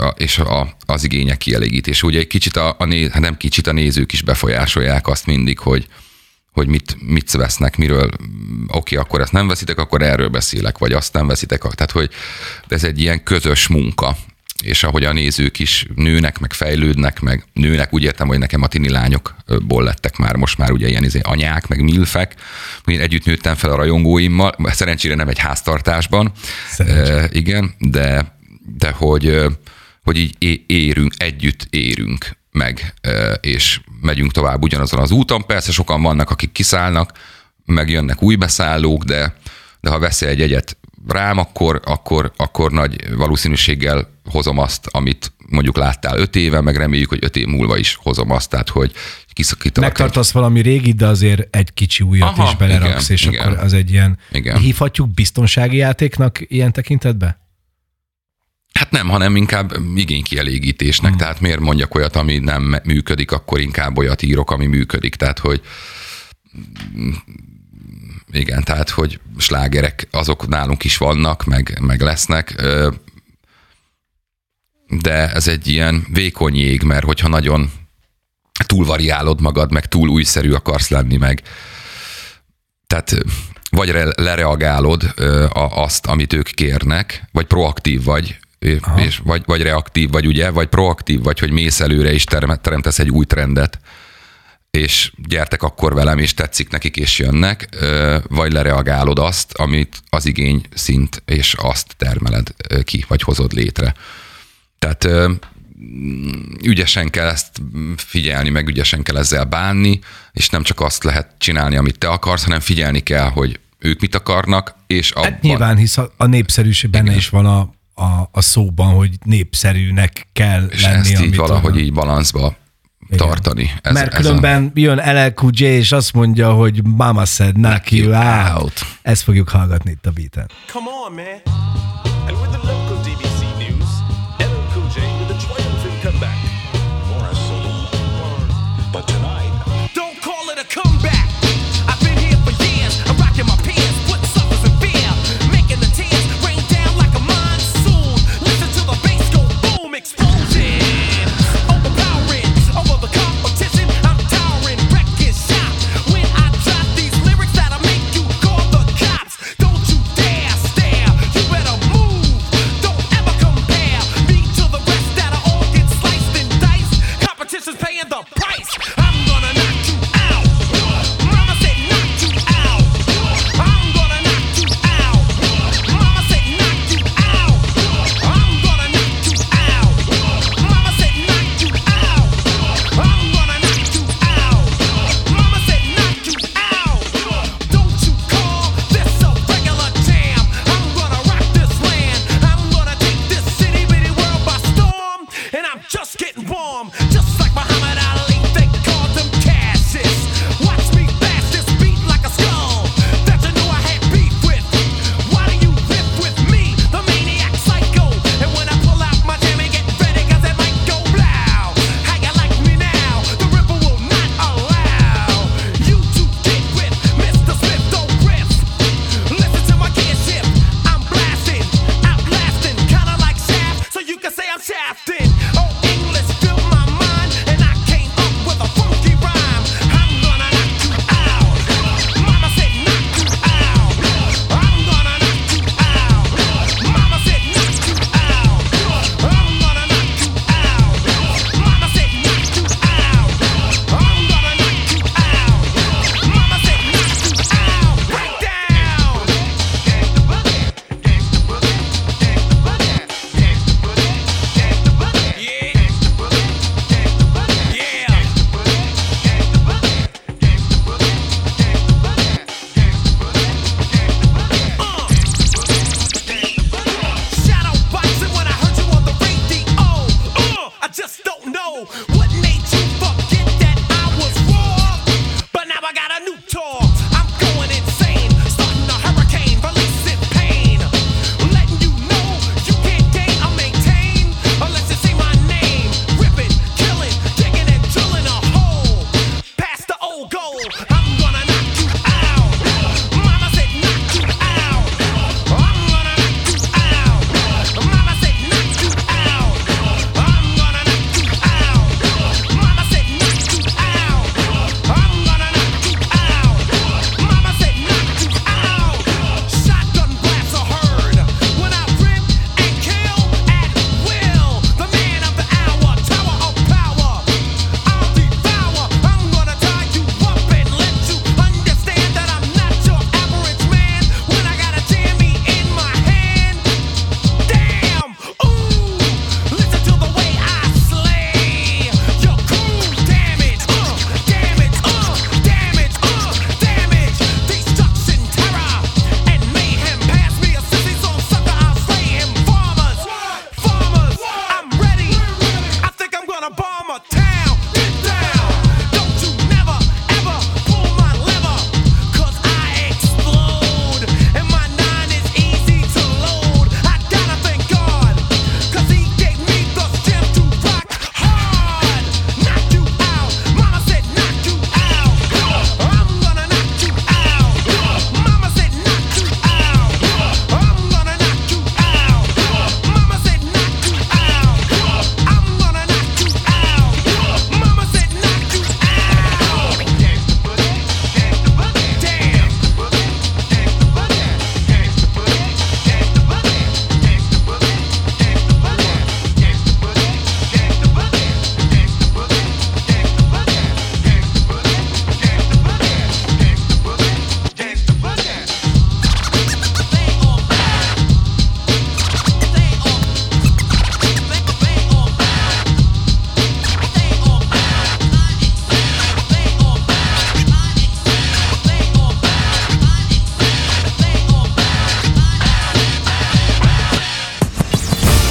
az igények kielégítés. Ugye egy kicsit nem kicsit a nézők is befolyásolják azt mindig, hogy mit vesznek, miről, oké, akkor ezt nem veszitek, akkor erről beszélek, vagy azt nem veszitek. Tehát, hogy ez egy ilyen közös munka, és ahogy a nézők is nőnek, meg fejlődnek, meg nőnek, úgy értem, hogy nekem a tini lányokból lettek most már ugye ilyen anyák, meg milfek. Én együtt nőttem fel a rajongóimmal, szerencsére nem egy háztartásban. Igen, de hogy így együtt érünk meg, és megyünk tovább ugyanazon az úton. Persze sokan vannak, akik kiszállnak, meg jönnek új beszállók, de ha veszel egy jegyet rám, akkor nagy valószínűséggel hozom azt, amit mondjuk láttál 5 éve, meg reméljük, hogy 5 év múlva is hozom azt, tehát hogy kiszakítanak. Megtartasz valami régit, de azért egy kicsi újat is beleraksz, és akkor az egy ilyen, hívhatjuk biztonsági játéknak ilyen tekintetbe? Hát nem, hanem inkább igénykielégítésnek, tehát miért mondjak olyat, ami nem működik, akkor inkább olyat írok, ami működik, tehát hogy igen, tehát hogy slágerek azok nálunk is vannak, meg lesznek, de ez egy ilyen vékony jég, mert hogyha nagyon túlvariálod magad, meg túl újszerű akarsz lenni, meg tehát vagy lereagálod azt, amit ők kérnek, vagy proaktív vagy, és vagy reaktív vagy, ugye, vagy proaktív vagy, hogy mész előre és teremtesz egy új trendet, és gyertek akkor velem, és tetszik nekik, és jönnek, vagy lereagálod azt, amit az igény szint, és azt termeled ki, vagy hozod létre. Tehát ügyesen kell ezt figyelni, meg ügyesen kell ezzel bánni, és nem csak azt lehet csinálni, amit te akarsz, hanem figyelni kell, hogy ők mit akarnak, és abban... Hát nyilván, hisz a népszerűség benne is van a szóban, hogy népszerűnek kell és lenni. És ezt így valahogy így balanszba tartani. Mert különben jön LL Cool J, és azt mondja, hogy Mama said knock you out. Ezt fogjuk hallgatni itt a beaten. Come on, man. And with the local DBC news, LL Cool J with a triumphant comeback. But tonight, don't call it a comeback. I've been here for years. I'm rocking my pants, putting suckers in fear, making the tears rain down like a monsoon. Listen to the bass go boom, explosion. Paying the price. I'm gonna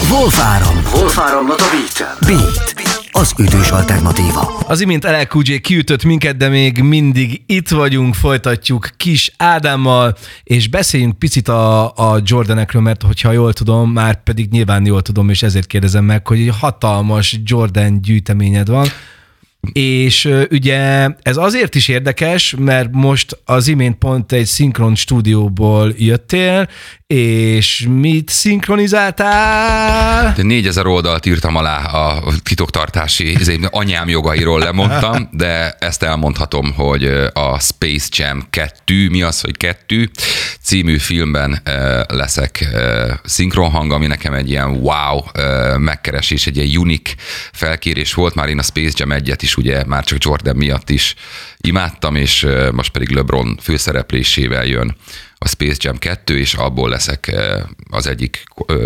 Wolfáram not a Beat, az ütős alternatíva. Az imént LL Cool J kiütött minket, de még mindig itt vagyunk, folytatjuk Kis Ádámmal, és beszéljünk picit a Jordanekről, mert hogyha jól tudom, már pedig nyilván jól tudom, és ezért kérdezem meg, hogy egy hatalmas Jordan gyűjteményed van, és ugye ez azért is érdekes, mert most az imént pont egy szinkron stúdióból jöttél, és mit szinkronizáltál? 4000 oldalt írtam alá a titoktartási anyám jogairól lemondtam, de ezt elmondhatom, hogy a Space Jam 2, mi az, hogy 2 című filmben leszek szinkronhang, ami nekem egy ilyen wow megkeresés, egy ilyen unik felkérés volt. Már én a Space Jam 1-et is ugye már csak Jordan miatt is imádtam, és most pedig LeBron főszereplésével jön a Space Jam 2, és abból leszek az egyik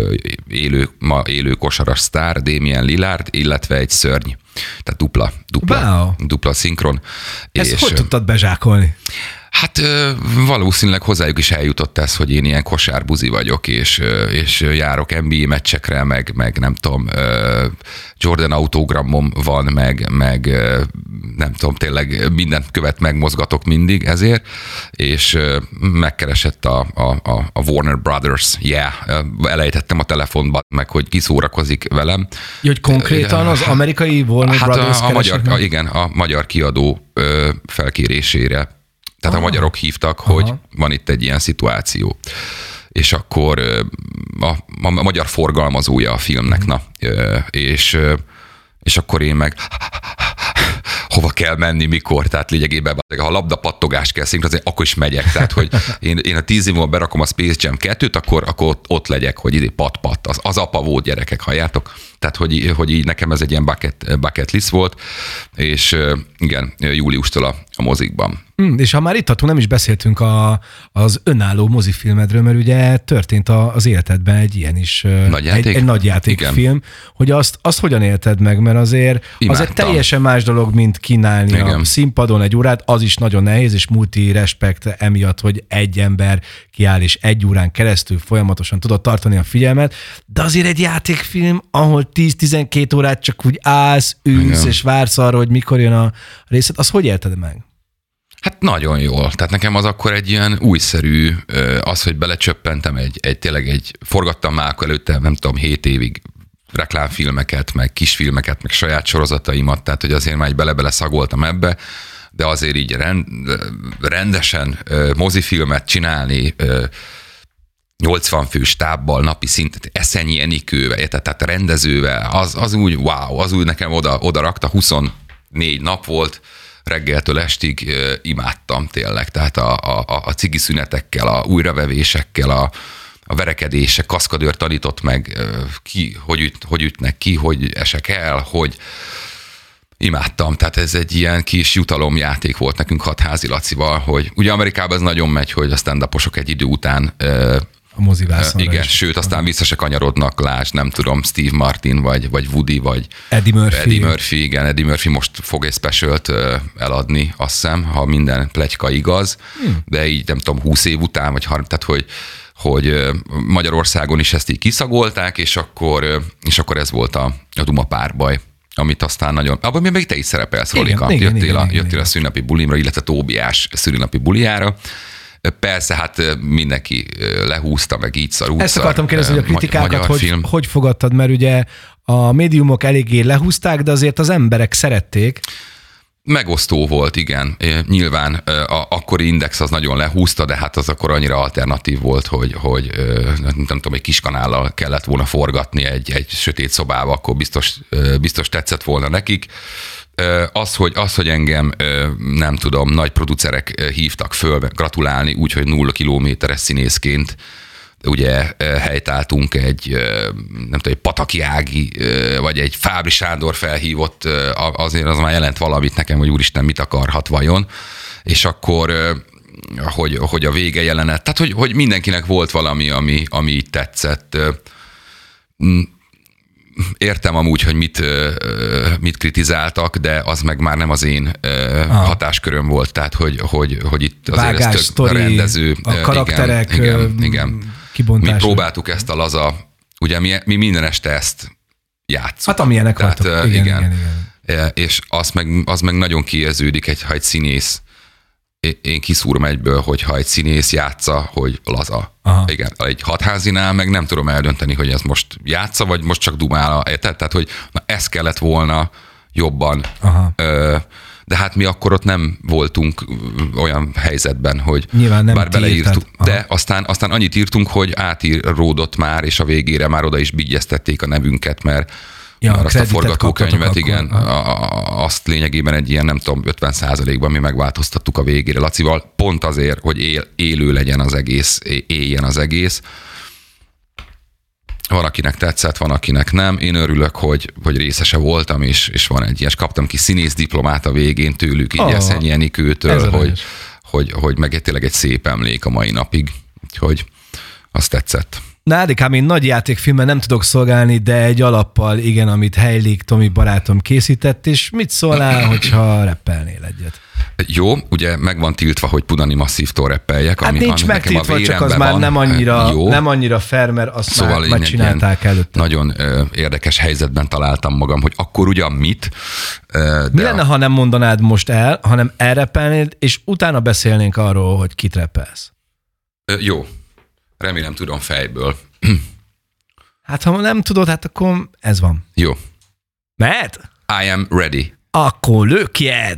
ma élő kosaras sztár, Damian Lillard, illetve egy szörny. Tehát dupla szinkron. Ezt hogy tudtad bezsákolni? Hát valószínűleg hozzájuk is eljutott ez, hogy én ilyen kosárbuzi vagyok, és járok NBA meccsekre, meg nem tudom, Jordan autogramom van, meg nem tudom, tényleg mindent megmozgatok mindig ezért, és megkeresett a Warner Brothers, elejtettem a telefonba, meg hogy kiszórakozik velem. Hogy konkrétan az amerikai Warner Brothers a magyar kiadó felkérésére. Tehát a magyarok hívtak, hogy van itt egy ilyen szituáció. És akkor a magyar forgalmazója a filmnek, és akkor én meg hova kell menni, mikor, tehát lényegében, ha labdapattogás kell szinkronizálni, akkor is megyek. Tehát, hogy én a 10 év múlva berakom a Space Jam 2-t, akkor ott legyek, hogy pat-pat, az apa volt, gyerekek, halljátok? Tehát, hogy így nekem ez egy ilyen bucket list volt, és igen, júliustól a mozikban. És ha már itt tartunk, nem is beszéltünk az önálló mozifilmedről, mert ugye történt az életedben egy ilyen is, egy nagyjátékfilm, hogy azt hogyan élted meg, mert azért teljesen más dolog, mint kínálni a színpadon egy órát, az is nagyon nehéz, és multi respekt emiatt, hogy egy ember kiáll, és egy órán keresztül folyamatosan tudod tartani a figyelmet, de azért egy játékfilm, ahol 10-12 órát csak úgy állsz, ülsz, és vársz arra, hogy mikor jön a részlet, az hogy élted meg? Hát nagyon jól. Tehát nekem az akkor egy ilyen újszerű, az, hogy belecsöppentem forgattam már előtte, nem tudom, 7 évig reklámfilmeket, meg kisfilmeket, meg saját sorozataimat, tehát hogy azért már bele-bele szagoltam ebbe, de azért így rendesen mozifilmet csinálni, 80 fő stábbal, napi szinten, Eszenyi Enikővel, tehát rendezővel, az úgy wow, az úgy nekem oda rakta, 24 nap volt, reggeltől estig imádtam tényleg, tehát a cigi szünetekkel, a újravevésekkel, a verekedések, kaszkadőr tanított meg ki, hogy ütnek ki, hogy esek el, hogy imádtam, tehát ez egy ilyen kis jutalomjáték volt nekünk Hatházi Lacival, hogy ugye Amerikában ez nagyon megy, hogy a stand-uposok egy idő után a mozivászonra igen, sőt, aztán vissza se kanyarodnak, lásd, nem tudom, Steve Martin, vagy Woody, vagy Eddie Murphy. Igen, Eddie Murphy most fog egy specialt eladni, azt hiszem, ha minden pletyka igaz, de így nem tudom, 20 év után, vagy 30, tehát hogy Magyarországon is ezt így kiszagolták, és akkor ez volt a Duma párbaj, amit aztán nagyon... Abban még te is szerepelsz, Rolika. Jöttél a szülinapi bulimra, illetve Tóbiás szülinapi bulijára. Persze, hát mindenki lehúzta, meg így szar. Ezt akartam kérdezni, hogy a kritikákat hogy fogadtad, mert ugye a médiumok eléggé lehúzták, de azért az emberek szerették. Megosztó volt, igen. Nyilván akkori Index az nagyon lehúzta, de hát az akkor annyira alternatív volt, hogy nem tudom, egy kis kanállal kellett volna forgatni egy sötét szobába, akkor biztos tetszett volna nekik. Az, hogy engem, nem tudom, nagy producerek hívtak föl gratulálni, úgyhogy 0 kilométeres színészként ugye helytáltunk egy Pataki Ági, vagy egy Fábri Sándor felhívott, azért az már jelent valamit nekem, hogy úristen, mit akarhat vajon, és akkor hogy a vége jelenet, tehát hogy mindenkinek volt valami, ami így tetszett. Értem amúgy, hogy mit kritizáltak, de az meg már nem az én hatásköröm volt, tehát hogy itt azért vágás, ez tök rendező. A karakterek igen. kibontása. Mi próbáltuk ezt a laza ugye mi minden este ezt játszunk. Hát amilyenek vagytok. Igen. És az meg nagyon kiérződik, ha egy színész, én kiszúrom egyből, hogyha egy színész játsza, hogy laza. Aha. Igen, egy hatházinál meg nem tudom eldönteni, hogy ez most játsza, vagy most csak dumál. Tehát, hogy ez kellett volna jobban. De hát mi akkor ott nem voltunk olyan helyzetben, hogy bár beleírtuk. De aztán annyit írtunk, hogy átíródott már, és a végére már oda is bigyeztették a nevünket, mert azt a forgatókönyvet, igen, azt lényegében egy ilyen, nem tudom, 50%-ban mi megváltoztattuk a végére Lacival, pont azért, hogy élő legyen az egész, éljen az egész. Van, akinek tetszett, van, akinek nem. Én örülök, hogy részese voltam, és van egy ilyen, és kaptam ki színész diplomát a végén tőlük, így Jeszenyi Enikőtől, hogy meg tényleg egy szép emlék a mai napig. Úgyhogy azt tetszett. Na, Ádikám, én nagy játékfilmben nem tudok szolgálni, de egy alappal, igen, amit Heilig Tomi barátom készített, és mit szólnál, hogyha rappelnél egyet? Jó, ugye meg van tiltva, hogy Punani Masszívtól rappeljek. Hát nincs megtiltva, csak az már nem annyira fair, mert azt szóval már megcsinálták előtte. Nagyon érdekes helyzetben találtam magam, hogy akkor ugyan mit. Mi lenne, ha nem mondanád most el, hanem elrappelnéd, és utána beszélnénk arról, hogy kit rappelsz? Jó. Remélem tudom fejből. Hát ha nem tudod, hát akkor ez van. Jó. Mehet? I am ready. Akkor lökjed!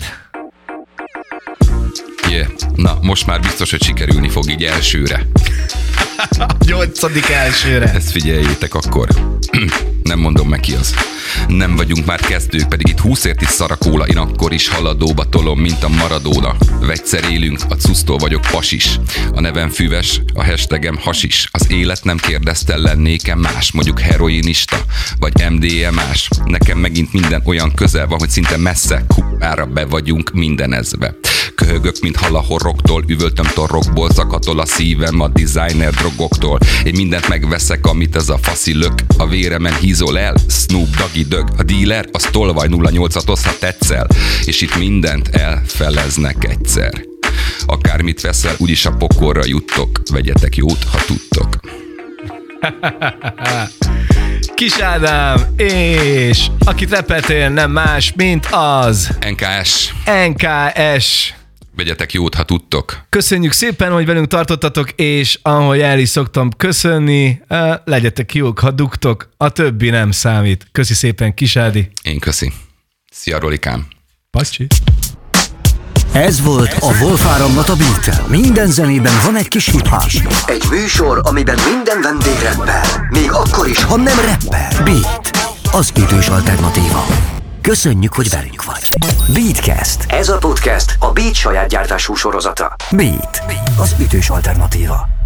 Yeah. Na, most már biztos, hogy sikerülni fog így elsőre. 8. elsőre. Ezt figyeljétek akkor. Nem mondom meg ki az. Nem vagyunk már kezdők, pedig itt 20-ért is szarakóla. Én akkor is haladóba tolom, mint a Maradona. Vegyszer élünk, a cusztól vagyok pasis. A nevem füves, a hashtagem hasis. Az élet nem kérdezte, lennék-e más, mondjuk heroinista, vagy MDMA-s. Nekem megint minden olyan közel van, hogy szinte messze, kupára be vagyunk mindenezve. Köhögök, mint hal a horroktól, üvöltöm torrokból, zakatol a szívem a designer drogoktól. Én mindent megveszek, amit ez a faszi lök, a véremen hízol el, Snoop Doggy Dög. A dealer, az tolvaj 08-at osz, ha tetszel, és itt mindent elfeleznek egyszer. Akármit veszel, úgyis a pokolra juttok, vegyetek jót, ha tudtok. Kis Ádám, és akit repeltél, nem más, mint az NKS. Vegyetek jót, ha tudtok. Köszönjük szépen, hogy velünk tartottatok, és ahogy el is szoktam köszönni, legyetek jók, ha dugtok, a többi nem számít. Köszi szépen, Kis Ádi. Én köszi. Szia, Rolikám. Pacsi. Ez volt a Wolfáramlat a Beat-tel. Minden zenében van egy kis hip-hop. Egy műsor, amiben minden vendég rappel. Még akkor is, ha nem rappel. Beat, az ütős alternatíva. Köszönjük, hogy velünk vagy. Beatcast. Ez a podcast a Beat saját gyártású sorozata. Beat, az ütős alternatíva.